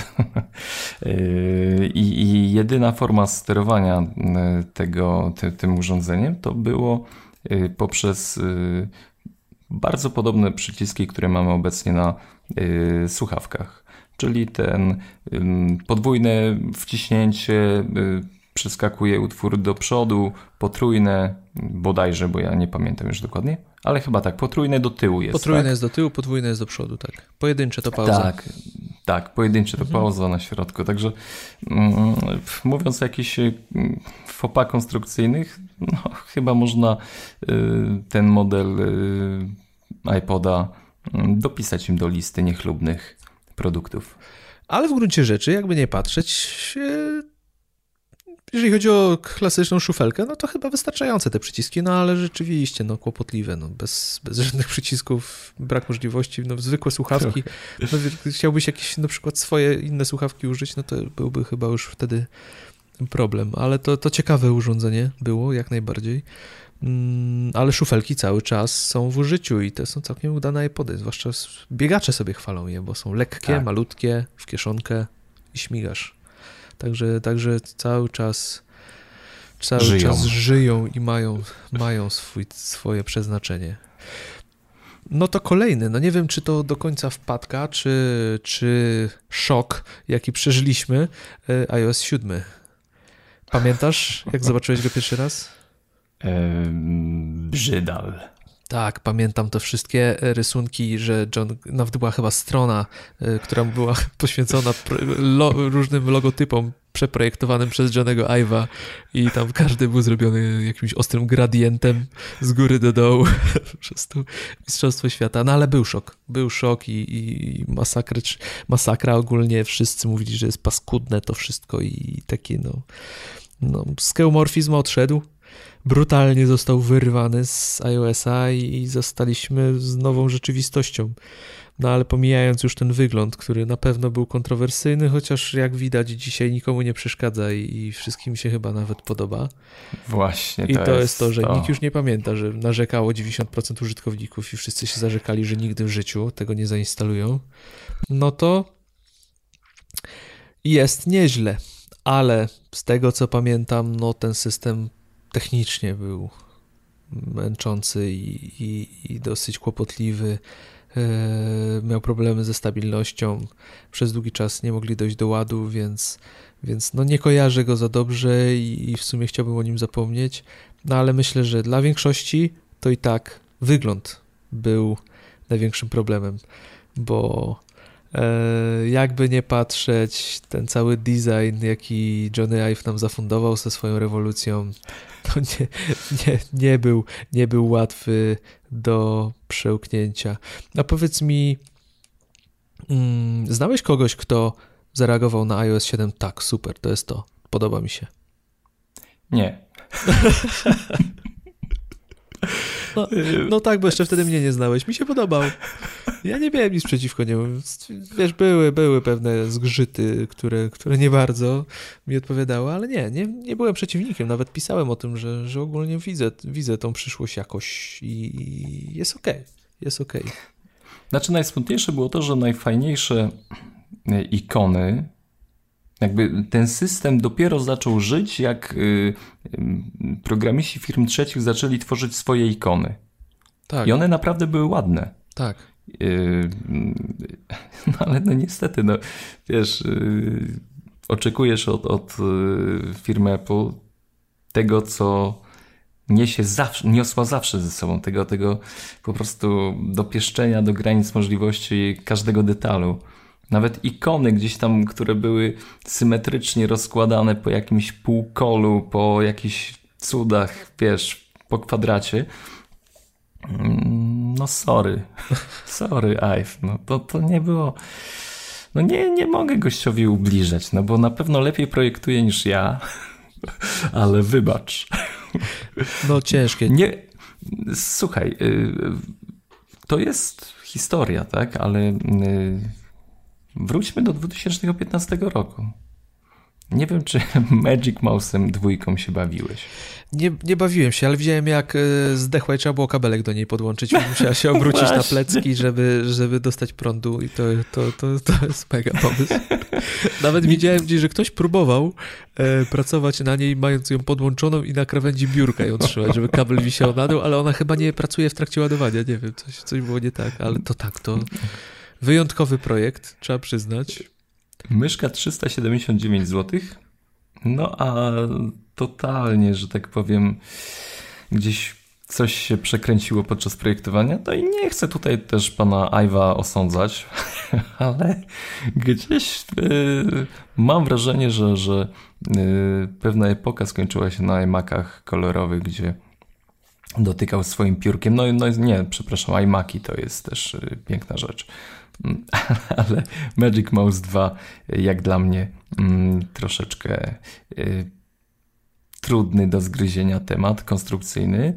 I jedyna forma sterowania tym urządzeniem to było poprzez bardzo podobne przyciski, które mamy obecnie na słuchawkach. Czyli ten podwójne wciśnięcie przeskakuje utwór do przodu, potrójne bodajże, bo ja nie pamiętam już dokładnie, ale chyba tak, potrójne do tyłu jest. Potrójne tak? jest do tyłu, podwójne jest do przodu, tak. Pojedyncze to pauza. Tak, pojedyncze to pauza na środku. Także mówiąc o jakichś faux pas konstrukcyjnych, no, chyba można ten model iPoda dopisać im do listy niechlubnych produktów. Ale w gruncie rzeczy, jakby nie patrzeć, jeżeli chodzi o klasyczną szufelkę, no to chyba wystarczające te przyciski, no ale rzeczywiście, no kłopotliwe, no bez żadnych przycisków, brak możliwości, no zwykłe słuchawki, no, chciałbyś jakieś na przykład swoje inne słuchawki użyć, no to byłby chyba już wtedy problem, ale to ciekawe urządzenie było, jak najbardziej, ale szufelki cały czas są w użyciu i to są całkiem udane iPody, zwłaszcza biegacze sobie chwalą je, bo są lekkie, malutkie, w kieszonkę i śmigasz. Także cały czas cały czas żyją i mają swoje przeznaczenie. No to kolejny, no nie wiem, czy to do końca wpadka, czy szok, jaki przeżyliśmy, iOS 7. Pamiętasz, jak zobaczyłeś go pierwszy raz? Brzydal. Tak, pamiętam te wszystkie rysunki, że John, nawet była chyba strona, która była poświęcona różnym logotypom przeprojektowanym przez Johnego Ive'a i tam każdy był zrobiony jakimś ostrym gradientem z góry do dołu. Po prostu mistrzostwo świata. No ale był szok i masakra ogólnie. Wszyscy mówili, że jest paskudne to wszystko i taki no skeumorfizm odszedł. Brutalnie został wyrwany z iOS-a i zostaliśmy z nową rzeczywistością. No ale pomijając już ten wygląd, który na pewno był kontrowersyjny, chociaż jak widać dzisiaj nikomu nie przeszkadza i wszystkim się chyba nawet podoba. Właśnie. I to jest to, że nikt już nie pamięta, że narzekało 90% użytkowników i wszyscy się zarzekali, że nigdy w życiu tego nie zainstalują. No to jest nieźle, ale z tego co pamiętam, no ten system technicznie był męczący i dosyć kłopotliwy. Miał problemy ze stabilnością. Przez długi czas nie mogli dojść do ładu, więc no nie kojarzę go za dobrze i w sumie chciałbym o nim zapomnieć. No ale myślę, że dla większości to i tak wygląd był największym problemem, bo jakby nie patrzeć, ten cały design, jaki Johnny Ive nam zafundował ze swoją rewolucją, to nie był łatwy do przełknięcia. A powiedz mi, znałeś kogoś, kto zareagował na iOS 7? Tak, super, to jest to. Podoba mi się. Nie. No tak, bo jeszcze wtedy mnie nie znałeś. Mi się podobał. Ja nie miałem nic przeciwko niemu. Wiesz, były pewne zgrzyty, które nie bardzo mi odpowiadały, ale nie byłem przeciwnikiem. Nawet pisałem o tym, że ogólnie widzę tą przyszłość jakoś i jest okej. Jest okej. Znaczy najsmutniejsze było to, że najfajniejsze ikony, jakby ten system dopiero zaczął żyć, jak programiści firm trzecich zaczęli tworzyć swoje ikony. Tak. I one naprawdę były ładne. Tak. No ale no niestety, no wiesz, oczekujesz od firmy Apple tego, co niosła zawsze ze sobą, tego po prostu dopieszczenia do granic możliwości każdego detalu. Nawet ikony gdzieś tam, które były symetrycznie rozkładane po jakimś półkolu, po jakichś cudach, wiesz, po kwadracie. No sorry, Ive, no to nie było, no nie mogę gościowi ubliżać, no bo na pewno lepiej projektuje niż ja, ale wybacz. No ciężkie. Nie, słuchaj, to jest historia, tak, ale wróćmy do 2015 roku. Nie wiem, czy Magic Mouse'em 2 się bawiłeś. Nie bawiłem się, ale widziałem, jak zdechła i trzeba było kabelek do niej podłączyć. Musiała się obrócić na plecki, żeby dostać prądu i to jest mega pomysł. Nawet widziałem gdzieś, że ktoś próbował pracować na niej, mając ją podłączoną i na krawędzi biurka ją trzymać, żeby kabel wisiał na dół, ale ona chyba nie pracuje w trakcie ładowania. Nie wiem, coś było nie tak, ale to wyjątkowy projekt, trzeba przyznać. Myszka 379 zł. No a totalnie, że tak powiem, gdzieś coś się przekręciło podczas projektowania. No i nie chcę tutaj też pana Ive'a osądzać, ale gdzieś mam wrażenie, że pewna epoka skończyła się na iMacach kolorowych, gdzie dotykał swoim piórkiem. No nie, przepraszam, iMaki to jest też piękna rzecz. Ale Magic Mouse 2 jak dla mnie troszeczkę trudny do zgryzienia temat konstrukcyjny.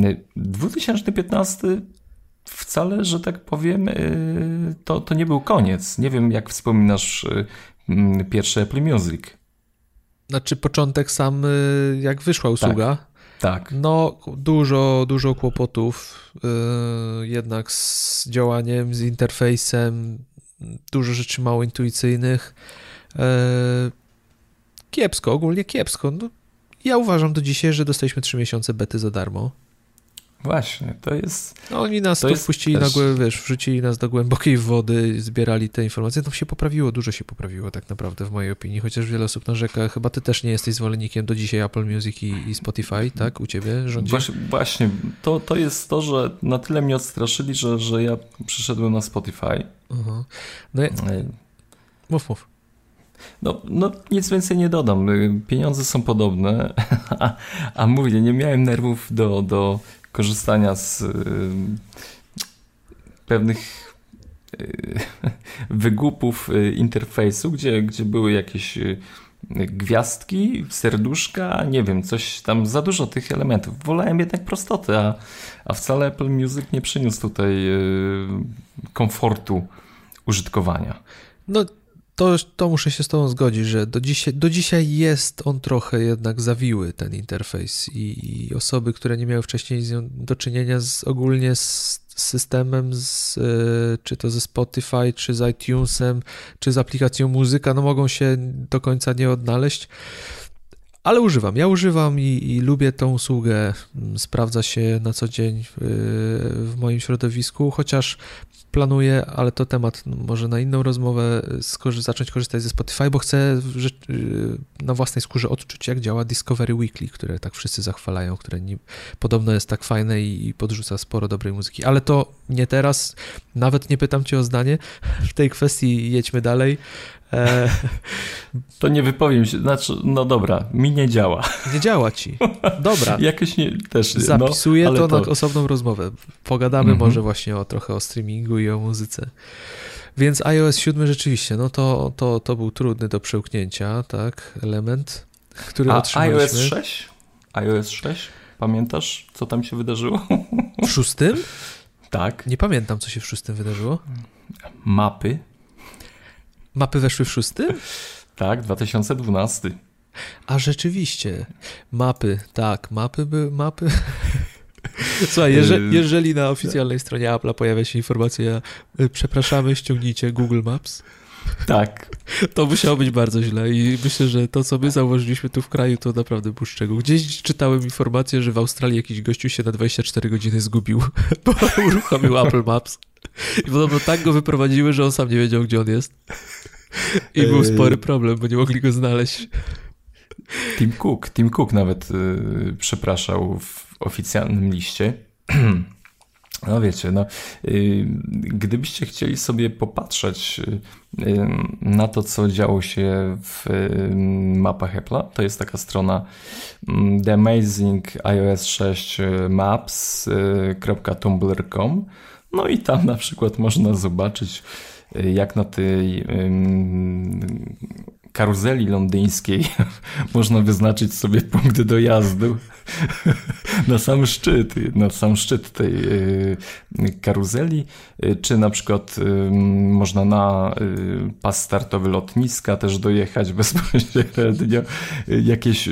2015 wcale, że tak powiem, to nie był koniec. Nie wiem, jak wspominasz pierwszy Apple Music. Znaczy początek sam, jak wyszła usługa. Tak. No, dużo kłopotów jednak z działaniem, z interfejsem, dużo rzeczy mało intuicyjnych. Kiepsko, ogólnie kiepsko. No, ja uważam do dzisiaj, że dostaliśmy 3 miesiące bety za darmo. Właśnie, to jest... No oni nas tu wpuścili też... wrzucili nas do głębokiej wody, zbierali te informacje. Tam się poprawiło, dużo się poprawiło tak naprawdę w mojej opinii, chociaż wiele osób narzeka. Chyba ty też nie jesteś zwolennikiem do dzisiaj Apple Music i Spotify, tak? U ciebie rządzi? Właśnie, to jest to, że na tyle mnie odstraszyli, że ja przyszedłem na Spotify. Uh-huh. No Mów. No nic więcej nie dodam. Pieniądze są podobne, a mówię, nie miałem nerwów do korzystania z pewnych wygłupów interfejsu, gdzie były jakieś gwiazdki, serduszka, nie wiem, coś tam, za dużo tych elementów. Wolałem jednak prostotę, a wcale Apple Music nie przyniósł tutaj komfortu użytkowania. No to muszę się z tobą zgodzić, że do dzisiaj jest on trochę jednak zawiły, ten interfejs i osoby, które nie miały wcześniej do czynienia ogólnie z systemem, czy to ze Spotify, czy z iTunesem, czy z aplikacją muzyka, no mogą się do końca nie odnaleźć. Ale ja używam i lubię tą usługę, sprawdza się na co dzień w moim środowisku, chociaż planuję, ale to temat może na inną rozmowę, zacząć korzystać ze Spotify, bo chcę na własnej skórze odczuć, jak działa Discovery Weekly, które tak wszyscy zachwalają, które podobno jest tak fajne i podrzuca sporo dobrej muzyki, ale to nie teraz, nawet nie pytam cię o zdanie w tej kwestii, jedźmy dalej. To nie wypowiem się, znaczy, no dobra, mi nie działa. Nie działa ci. Dobra. Jakoś też nie. Zapisuję to na osobną rozmowę. Pogadamy może właśnie trochę o streamingu i o muzyce. Więc iOS 7 rzeczywiście, no to był trudny do przełknięcia, tak, element, który otrzymaliśmy. iOS 6? Pamiętasz, co tam się wydarzyło? W 6? Tak. Nie pamiętam, co się w 6 wydarzyło. Mapy weszły w 6? Tak, 2012. A rzeczywiście, mapy. Słuchaj, jeżeli na oficjalnej stronie Apple'a pojawia się informacja, przepraszamy, ściągnijcie Google Maps. Tak. To musiało być bardzo źle i myślę, że to, co my zauważyliśmy tu w kraju, to naprawdę był szczegół. Gdzieś czytałem informację, że w Australii jakiś gościu się na 24 godziny zgubił, bo uruchomił Apple Maps. I podobno tak go wyprowadziły, że on sam nie wiedział, gdzie on jest. I był spory problem, bo nie mogli go znaleźć. Tim Cook nawet przepraszał w oficjalnym liście. No wiecie, gdybyście chcieli sobie popatrzeć na to, co działo się w mapach Apple'a, to jest taka strona The Amazing iOS 6 Maps.tumblr.com. No i tam na przykład można zobaczyć, jak na tej karuzeli londyńskiej można wyznaczyć sobie punkt dojazdu na sam szczyt tej karuzeli, czy na przykład można na pas startowy lotniska też dojechać bezpośrednio, jakieś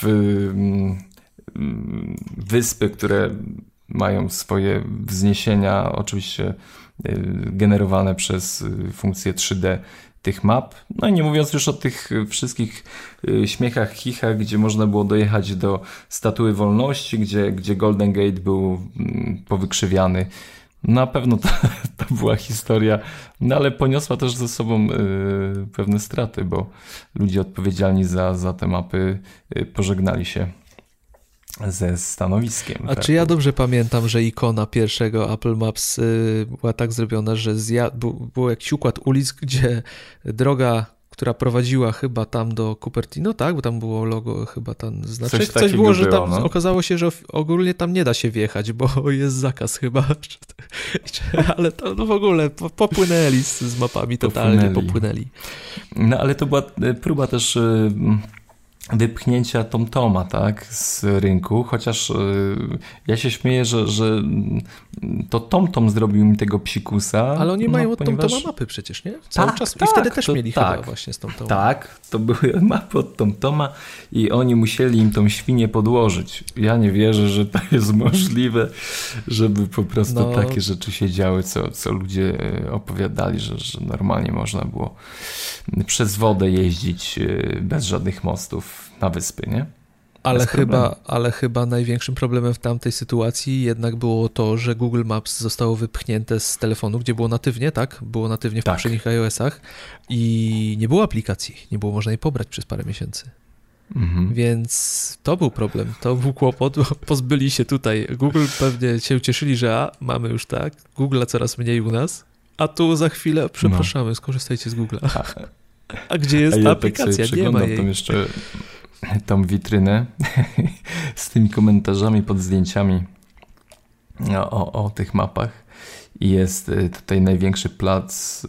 wyspy, które mają swoje wzniesienia, oczywiście generowane przez funkcję 3D tych map. No i nie mówiąc już o tych wszystkich śmiechach, chichach, gdzie można było dojechać do Statuły Wolności, gdzie Golden Gate był powykrzywiany. Na pewno to była historia, no ale poniosła też ze sobą pewne straty, bo ludzie odpowiedzialni za te mapy pożegnali się ze stanowiskiem. A czy ja dobrze pamiętam, że ikona pierwszego Apple Maps była tak zrobiona, że był jakiś układ ulic, gdzie droga, która prowadziła chyba tam do Cupertino, tak? Bo tam było logo chyba tam znaczek. Coś było, że tam okazało się, że ogólnie tam nie da się wjechać, bo jest zakaz chyba. Ale to w ogóle popłynęli z mapami, totalnie popłynęli. No ale to była próba też wypchnięcia TomToma, tak, z rynku, chociaż ja się śmieję, że to TomTom zrobił mi tego psikusa. Ale oni mają od TomToma mapy przecież, nie? Cały czas. I wtedy też mieli chyba właśnie z TomToma. Tak, to były mapy od TomToma i oni musieli im tą świnię podłożyć. Ja nie wierzę, że to jest możliwe, żeby po prostu takie rzeczy się działy, co ludzie opowiadali, że normalnie można było przez wodę jeździć bez żadnych mostów na wyspy, nie? Ale chyba największym problemem w tamtej sytuacji jednak było to, że Google Maps zostało wypchnięte z telefonu, gdzie było natywnie, tak? Było natywnie w poprzednich iOS-ach i nie było aplikacji, nie było można jej pobrać przez parę miesięcy. Więc to był problem, to był kłopot, bo pozbyli się tutaj. Google pewnie się ucieszyli, że mamy już tak, Google'a coraz mniej u nas, a tu za chwilę, przepraszamy, skorzystajcie z Google'a. A gdzie jest ta aplikacja? Ja nie ma jej. Tam jeszcze tą witrynę z tymi komentarzami pod zdjęciami o tych mapach i jest tutaj największy plac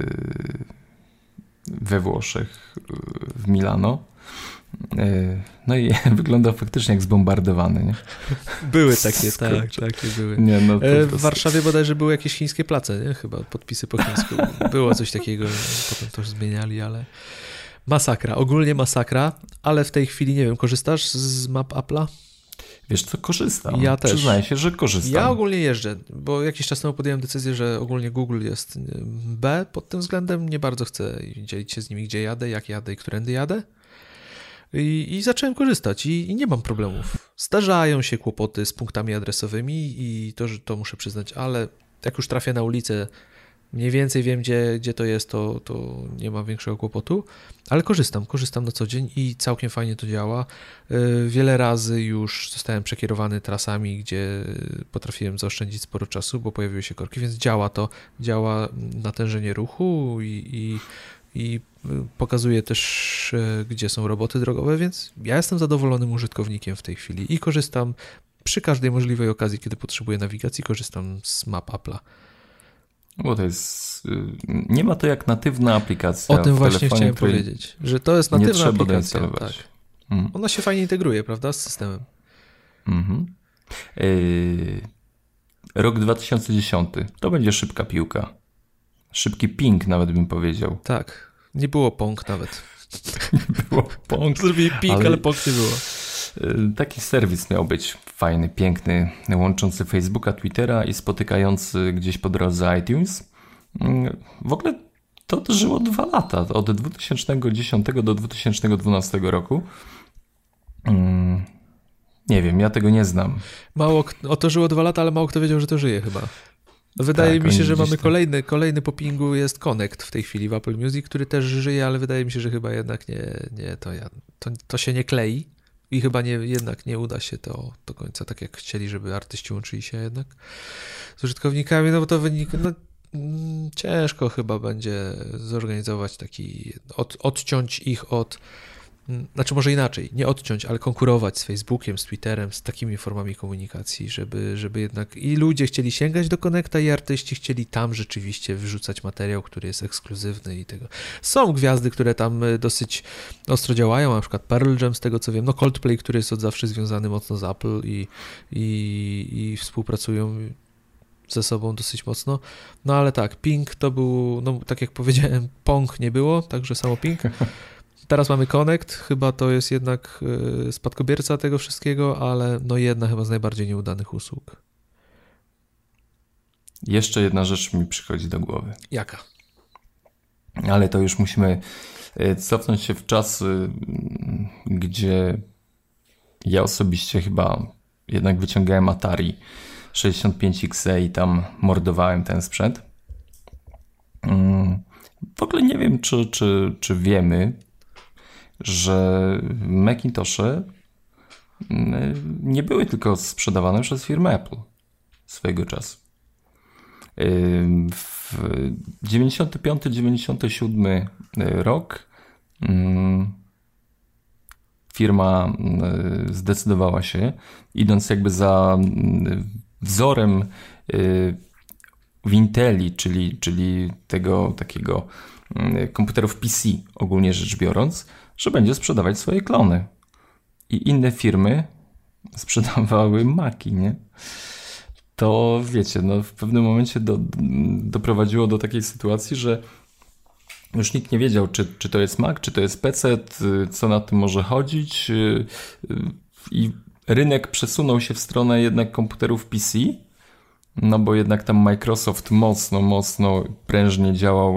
we Włoszech, w Milano. No i wygląda faktycznie jak zbombardowany, nie? Były takie, takie były. Nie, no w Warszawie bodajże były jakieś chińskie place, nie? Chyba podpisy po chińsku. Było coś takiego, potem to już zmieniali, ale masakra, ogólnie masakra, ale w tej chwili, nie wiem, korzystasz z map Apple'a? Wiesz co, korzystam. Ja też. Przyznaję się, że korzystam. Ja ogólnie jeżdżę, bo jakiś czas temu podjąłem decyzję, że ogólnie Google jest B pod tym względem. Nie bardzo chcę dzielić się z nimi, gdzie jadę, jak jadę i którędy jadę. I zacząłem korzystać i nie mam problemów. Zdarzają się kłopoty z punktami adresowymi i to, że to muszę przyznać, ale jak już trafię na ulicę, mniej więcej wiem, gdzie to jest, to nie ma większego kłopotu, ale korzystam na co dzień i całkiem fajnie to działa. Wiele razy już zostałem przekierowany trasami, gdzie potrafiłem zaoszczędzić sporo czasu, bo pojawiły się korki, więc działa natężenie ruchu i pokazuje też, gdzie są roboty drogowe, więc ja jestem zadowolonym użytkownikiem w tej chwili i korzystam przy każdej możliwej okazji, kiedy potrzebuję nawigacji, korzystam z map Apple'a. Bo to jest... Nie ma to jak natywna aplikacja. O tym właśnie chciałem powiedzieć, że to jest natywna aplikacja. Tak. Ona się fajnie integruje, prawda, z systemem. Rok 2010. To będzie szybka piłka. Szybki ping nawet bym powiedział. Tak. Nie było pong nawet. Nie było pong. Zrobili ping, ale pong nie było. Taki serwis miał być fajny, piękny, łączący Facebooka, Twittera i spotykający gdzieś po drodze iTunes. W ogóle to żyło 2 lata, od 2010 do 2012 roku. Nie wiem, ja tego nie znam. To żyło 2 lata, ale mało kto wiedział, że to żyje chyba. Wydaje mi się, że mamy kolejny po pingu jest Connect w tej chwili w Apple Music, który też żyje, ale wydaje mi się, że chyba jednak to się nie klei i chyba jednak nie uda się to do końca, tak jak chcieli, żeby artyści łączyli się jednak z użytkownikami, no bo to wynika, ciężko chyba będzie zorganizować taki, odciąć ich od, znaczy może inaczej, nie odciąć, ale konkurować z Facebookiem, z Twitterem, z takimi formami komunikacji, żeby jednak i ludzie chcieli sięgać do Connecta i artyści chcieli tam rzeczywiście wrzucać materiał, który jest ekskluzywny i tego. Są gwiazdy, które tam dosyć ostro działają, na przykład Pearl Jam, z tego co wiem, Coldplay, który jest od zawsze związany mocno z Apple i współpracują ze sobą dosyć mocno, no ale tak, ping to był, tak jak powiedziałem, pong nie było, także samo ping. Teraz mamy Connect, chyba to jest jednak spadkobierca tego wszystkiego, ale jedna chyba z najbardziej nieudanych usług. Jeszcze jedna rzecz mi przychodzi do głowy. Jaka? Ale to już musimy cofnąć się w czas, gdzie ja osobiście chyba jednak wyciągałem Atari 65XE i tam mordowałem ten sprzęt. W ogóle nie wiem, czy wiemy, że Macintoshe nie były tylko sprzedawane przez firmę Apple swojego czasu. W 95-97 rok firma zdecydowała się, idąc jakby za wzorem w Inteli, czyli tego takiego komputerów PC, ogólnie rzecz biorąc, że będzie sprzedawać swoje klony. I inne firmy sprzedawały Maci, nie? To wiecie, w pewnym momencie doprowadziło do takiej sytuacji, że już nikt nie wiedział, czy to jest Mac, czy to jest PC, co na tym może chodzić. I rynek przesunął się w stronę jednak komputerów PC, bo jednak tam Microsoft mocno prężnie działał,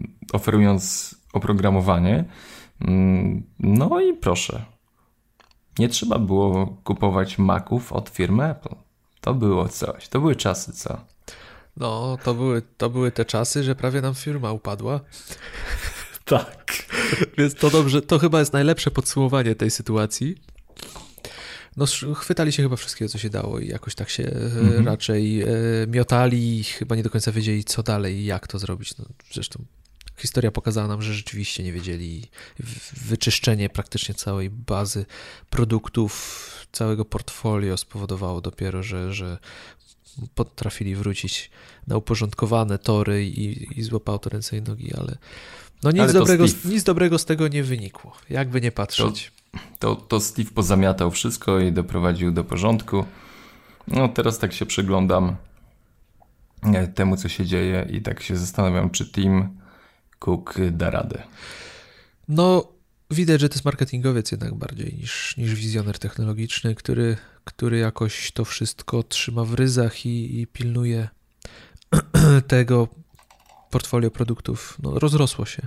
oferując oprogramowanie. No i proszę. Nie trzeba było kupować Maców od firmy Apple. To było coś. To były czasy, co? No, to były te czasy, że prawie nam firma upadła. Tak. Więc to dobrze, to chyba jest najlepsze podsumowanie tej sytuacji. No, chwytali się chyba wszystkiego, co się dało i jakoś tak się raczej miotali i chyba nie do końca wiedzieli, co dalej i jak to zrobić. No, zresztą historia pokazała nam, że rzeczywiście nie wiedzieli. Wyczyszczenie praktycznie całej bazy produktów, całego portfolio spowodowało dopiero, że potrafili wrócić na uporządkowane tory i złapało to ręce i nogi, ale no nic dobrego z tego nie wynikło, jakby nie patrzeć. To Steve pozamiatał wszystko i doprowadził do porządku. No teraz tak się przyglądam temu, co się dzieje i tak się zastanawiam, czy Tim Cook da radę. No widać, że to jest marketingowiec jednak bardziej niż wizjoner technologiczny, który jakoś to wszystko trzyma w ryzach i pilnuje tego portfolio produktów. No, rozrosło się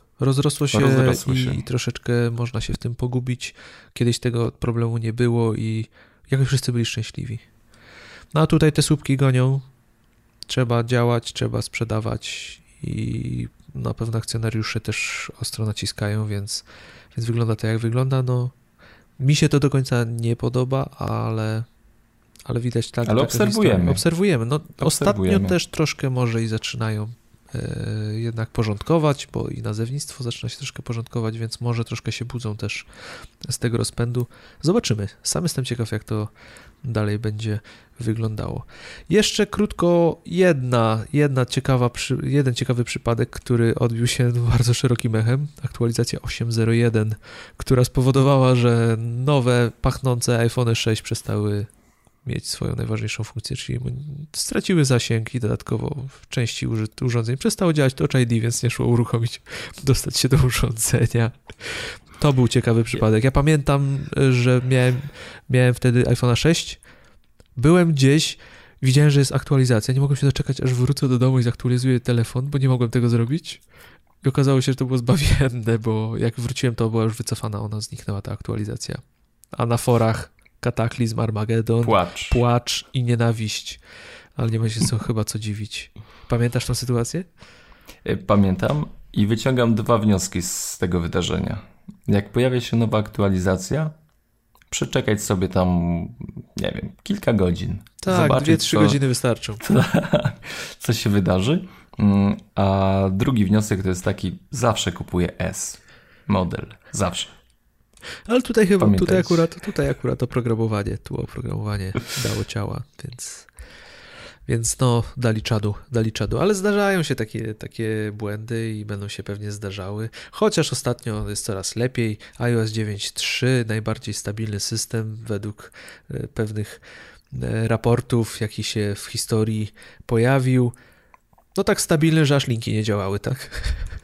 i troszeczkę można się w tym pogubić. Kiedyś tego problemu nie było i jakoś wszyscy byli szczęśliwi. No a tutaj te słupki gonią. Trzeba działać, trzeba sprzedawać i na pewno akcjonariusze też ostro naciskają, więc wygląda to jak wygląda. No, mi się to do końca nie podoba, ale widać tak. Ale obserwujemy. No, ostatnio też troszkę może i zaczynają jednak porządkować, bo i nazewnictwo zaczyna się troszkę porządkować, więc może troszkę się budzą też z tego rozpędu. Zobaczymy. Sam jestem ciekaw, jak to dalej będzie wyglądało. Jeszcze krótko jeden ciekawy przypadek, który odbił się bardzo szerokim echem. Aktualizacja 8.01, która spowodowała, że nowe, pachnące iPhone 6 przestały mieć swoją najważniejszą funkcję, czyli straciły zasięg i dodatkowo w części urządzeń przestało działać Touch ID, więc nie szło dostać się do urządzenia. To był ciekawy przypadek. Ja pamiętam, że miałem wtedy iPhone'a 6, byłem gdzieś, widziałem, że jest aktualizacja, nie mogłem się doczekać, aż wrócę do domu i zaktualizuję telefon, bo nie mogłem tego zrobić. I okazało się, że to było zbawienne, bo jak wróciłem, to była już wycofana, ona zniknęła, ta aktualizacja. A na forach kataklizm, Armagedon, płacz i nienawiść. Ale nie ma się chyba co dziwić. Pamiętasz tę sytuację? Pamiętam i wyciągam 2 wnioski z tego wydarzenia. Jak pojawia się nowa aktualizacja, przeczekać sobie tam, nie wiem, kilka godzin. Tak, 2-3 godziny wystarczą. Co się wydarzy. A drugi wniosek to jest taki, zawsze kupuję S model. Zawsze. Ale tutaj akurat oprogramowanie dało ciała, więc no dali czadu, ale zdarzają się takie błędy i będą się pewnie zdarzały, chociaż ostatnio jest coraz lepiej. iOS 9.3, najbardziej stabilny system według pewnych raportów, jaki się w historii pojawił. No tak stabilny, że aż linki nie działały, tak?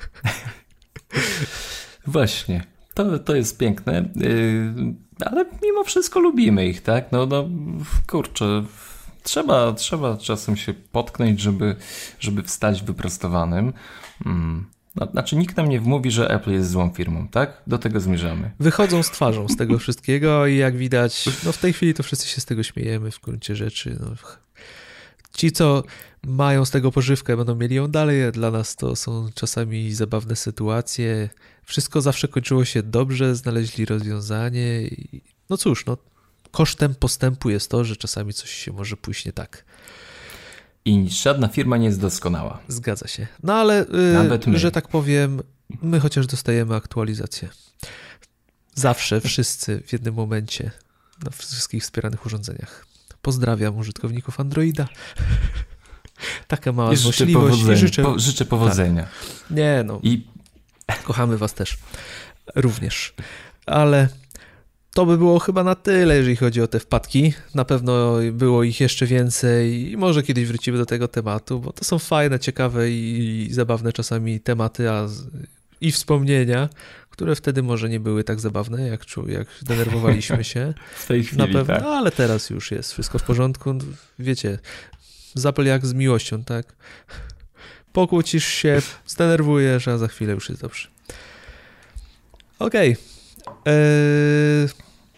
Właśnie. To jest piękne, ale mimo wszystko lubimy ich, tak? No kurczę, trzeba czasem się potknąć, żeby wstać wyprostowanym. Znaczy nikt nam nie wmówi, że Apple jest złą firmą, tak? Do tego zmierzamy. Wychodzą z twarzą z tego wszystkiego i jak widać, no w tej chwili to wszyscy się z tego śmiejemy w gruncie rzeczy. No. Ci, co mają z tego pożywkę, będą mieli ją dalej. Dla nas to są czasami zabawne sytuacje. Wszystko zawsze kończyło się dobrze, znaleźli rozwiązanie. No cóż, no, kosztem postępu jest to, że czasami coś się może pójść nie tak. I żadna firma nie jest doskonała. Zgadza się. No ale, że tak powiem, my chociaż dostajemy aktualizację. Zawsze, wszyscy w jednym momencie na wszystkich wspieranych urządzeniach. Pozdrawiam użytkowników Androida. Taka mała złośliwość. Życzę powodzenia. Tak. Nie no, kochamy was też. Również. Ale to by było chyba na tyle, jeżeli chodzi o te wpadki. Na pewno było ich jeszcze więcej i może kiedyś wrócimy do tego tematu, bo to są fajne, ciekawe i zabawne czasami tematy i wspomnienia, które wtedy może nie były tak zabawne, jak denerwowaliśmy się. W tej chwili, na pewno, tak. No, ale teraz już jest wszystko w porządku. Wiecie, zapel jak z miłością, tak? Pokłócisz się, zdenerwujesz, a za chwilę już jest dobrze. Okej.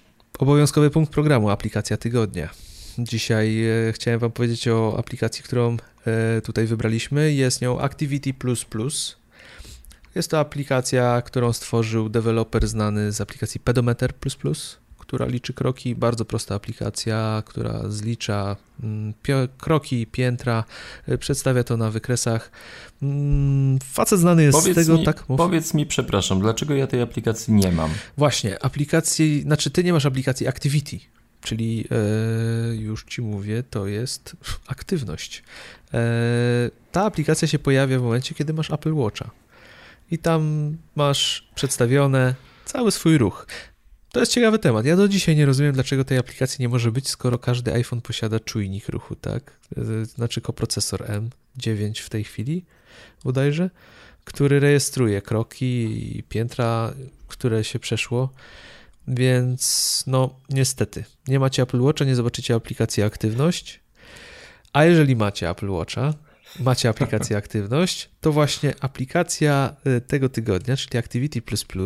Obowiązkowy punkt programu, aplikacja tygodnia. Dzisiaj chciałem wam powiedzieć o aplikacji, którą tutaj wybraliśmy. Jest nią Activity++. Jest to aplikacja, którą stworzył deweloper znany z aplikacji Pedometer++, która liczy kroki. Bardzo prosta aplikacja, która zlicza kroki, piętra, przedstawia to na wykresach. Facet znany jest z tego... Powiedz mi, przepraszam, dlaczego ja tej aplikacji nie mam? Właśnie, ty nie masz aplikacji Activity, czyli już ci mówię, to jest aktywność. Ta aplikacja się pojawia w momencie, kiedy masz Apple Watcha i tam masz przedstawione cały swój ruch. To jest ciekawy temat. Ja do dzisiaj nie rozumiem, dlaczego tej aplikacji nie może być, skoro każdy iPhone posiada czujnik ruchu, tak? Znaczy koprocesor M9 w tej chwili, bodajże, który rejestruje kroki i piętra, które się przeszło. Więc no niestety, nie macie Apple Watcha, nie zobaczycie aplikacji Aktywność, a jeżeli macie Apple Watcha, macie aplikację Aktywność, to właśnie aplikacja tego tygodnia, czyli Activity++,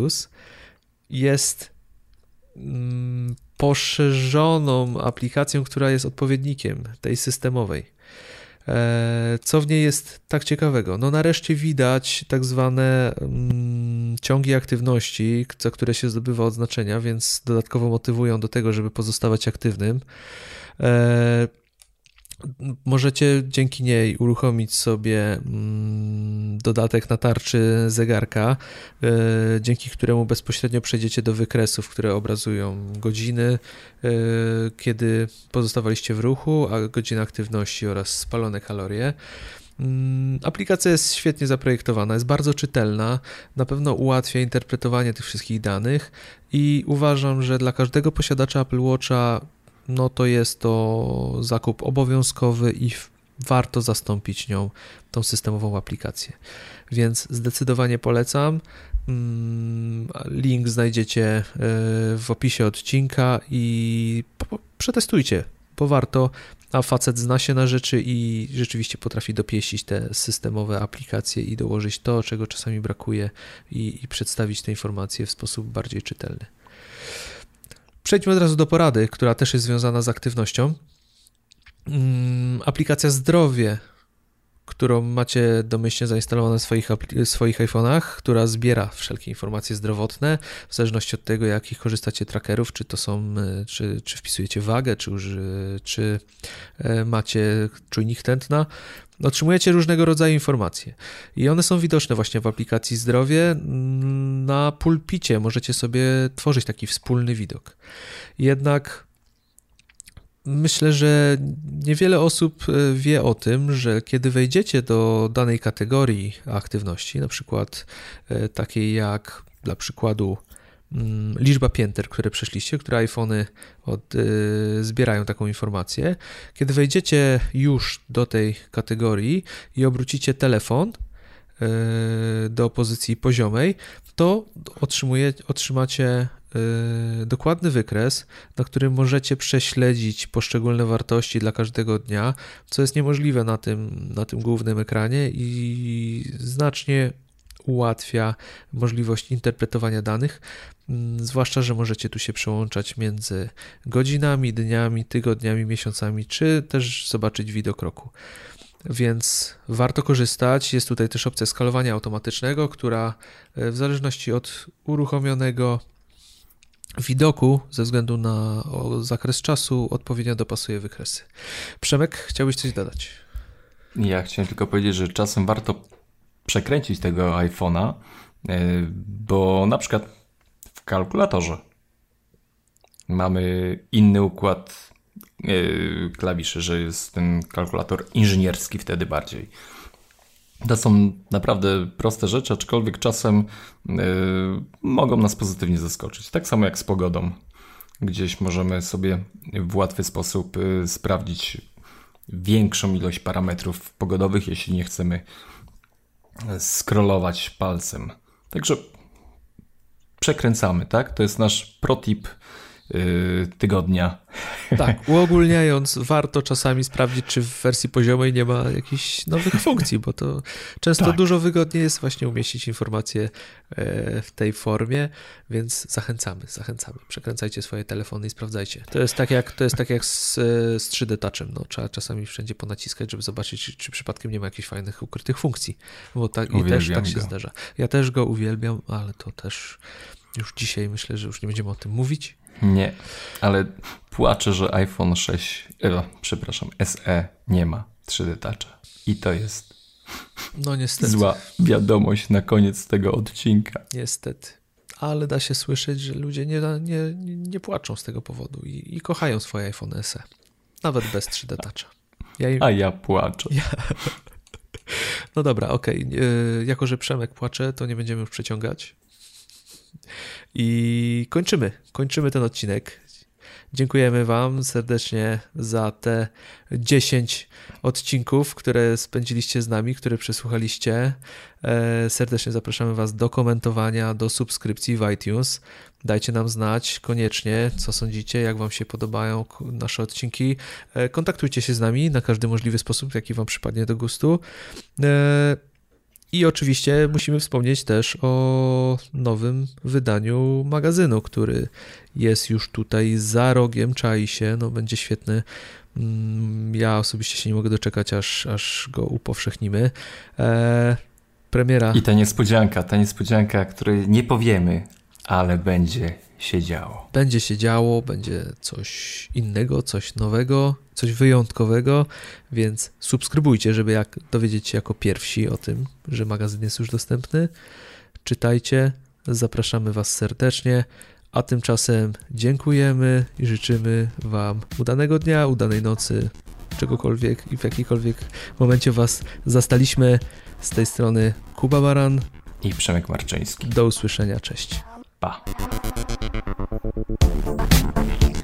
jest poszerzoną aplikacją, która jest odpowiednikiem tej systemowej. Co w niej jest tak ciekawego? No nareszcie widać tak zwane ciągi aktywności, za które się zdobywa odznaczenia, więc dodatkowo motywują do tego, żeby pozostawać aktywnym. Możecie dzięki niej uruchomić sobie dodatek na tarczy zegarka, dzięki któremu bezpośrednio przejdziecie do wykresów, które obrazują godziny, kiedy pozostawaliście w ruchu, a godzina aktywności oraz spalone kalorie. Aplikacja jest świetnie zaprojektowana, jest bardzo czytelna, na pewno ułatwia interpretowanie tych wszystkich danych i uważam, że dla każdego posiadacza Apple Watcha no to jest to zakup obowiązkowy i warto zastąpić nią tą systemową aplikację. Więc zdecydowanie polecam. Link znajdziecie w opisie odcinka i przetestujcie, bo warto, a facet zna się na rzeczy i rzeczywiście potrafi dopieścić te systemowe aplikacje i dołożyć to, czego czasami brakuje i przedstawić te informacje w sposób bardziej czytelny. Przejdźmy od razu do porady, która też jest związana z aktywnością. Aplikacja Zdrowie, którą macie domyślnie zainstalowane w swoich iPhone'ach, która zbiera wszelkie informacje zdrowotne, w zależności od tego, jakich korzystacie trackerów, czy to są, czy wpisujecie wagę, czy macie czujnik tętna. Otrzymujecie różnego rodzaju informacje i one są widoczne właśnie w aplikacji Zdrowie. Na pulpicie możecie sobie tworzyć taki wspólny widok. Jednak myślę, że niewiele osób wie o tym, że kiedy wejdziecie do danej kategorii aktywności, na przykład takiej jak dla przykładu liczba pięter, które przeszliście, które iPhony zbierają taką informację. Kiedy wejdziecie już do tej kategorii i obrócicie telefon do pozycji poziomej, to otrzymacie dokładny wykres, na którym możecie prześledzić poszczególne wartości dla każdego dnia, co jest niemożliwe na tym głównym ekranie i znacznie ułatwia możliwość interpretowania danych, zwłaszcza, że możecie tu się przełączać między godzinami, dniami, tygodniami, miesiącami, czy też zobaczyć widok roku. Więc warto korzystać. Jest tutaj też opcja skalowania automatycznego, która w zależności od uruchomionego widoku, ze względu na zakres czasu, odpowiednio dopasuje wykresy. Przemek, chciałbyś coś dodać? Ja chciałem tylko powiedzieć, że czasem warto przekręcić tego iPhone'a, bo na przykład w kalkulatorze mamy inny układ klawiszy, że jest ten kalkulator inżynierski wtedy bardziej. To są naprawdę proste rzeczy, aczkolwiek czasem mogą nas pozytywnie zaskoczyć. Tak samo jak z pogodą. Gdzieś możemy sobie w łatwy sposób sprawdzić większą ilość parametrów pogodowych, jeśli nie chcemy scrollować palcem. Także przekręcamy, tak? To jest nasz pro tip tygodnia. Tak, uogólniając, warto czasami sprawdzić, czy w wersji poziomej nie ma jakichś nowych funkcji, bo to często dużo wygodniej jest właśnie umieścić informacje w tej formie, więc zachęcamy. Przekręcajcie swoje telefony i sprawdzajcie. To jest tak jak z 3D Touchem. No, trzeba czasami wszędzie ponaciskać, żeby zobaczyć, czy przypadkiem nie ma jakichś fajnych, ukrytych funkcji. Bo i też tak się zdarza. Ja też go uwielbiam, ale to też już dzisiaj myślę, że już nie będziemy o tym mówić. Nie, ale płaczę, że iPhone SE nie ma 3D Toucha. I to jest niestety zła wiadomość na koniec tego odcinka. Niestety. Ale da się słyszeć, że ludzie nie płaczą z tego powodu i kochają swoje iPhone SE. Nawet bez 3D Toucha. A ja płaczę. No dobra, okej. Jako że Przemek płacze, to nie będziemy już przeciągać. I kończymy ten odcinek. Dziękujemy wam serdecznie za te 10 odcinków, które spędziliście z nami, które przesłuchaliście. Serdecznie zapraszamy was do komentowania, do subskrypcji w iTunes. Dajcie nam znać koniecznie, co sądzicie, jak wam się podobają nasze odcinki. Kontaktujcie się z nami na każdy możliwy sposób, jaki wam przypadnie do gustu. I oczywiście musimy wspomnieć też o nowym wydaniu magazynu, który jest już tutaj za rogiem, czai się, będzie świetny. Ja osobiście się nie mogę doczekać, aż go upowszechnimy. Premiera. I ta niespodzianka, której nie powiemy, ale będzie się działo. Będzie się działo, będzie coś innego, coś nowego, coś wyjątkowego, więc subskrybujcie, żeby dowiedzieć się jako pierwsi o tym, że magazyn jest już dostępny. Czytajcie, zapraszamy was serdecznie, a tymczasem dziękujemy i życzymy wam udanego dnia, udanej nocy, czegokolwiek i w jakikolwiek momencie was zastaliśmy. Z tej strony Kuba Baran i Przemek Marczyński. Do usłyszenia, cześć. Pa.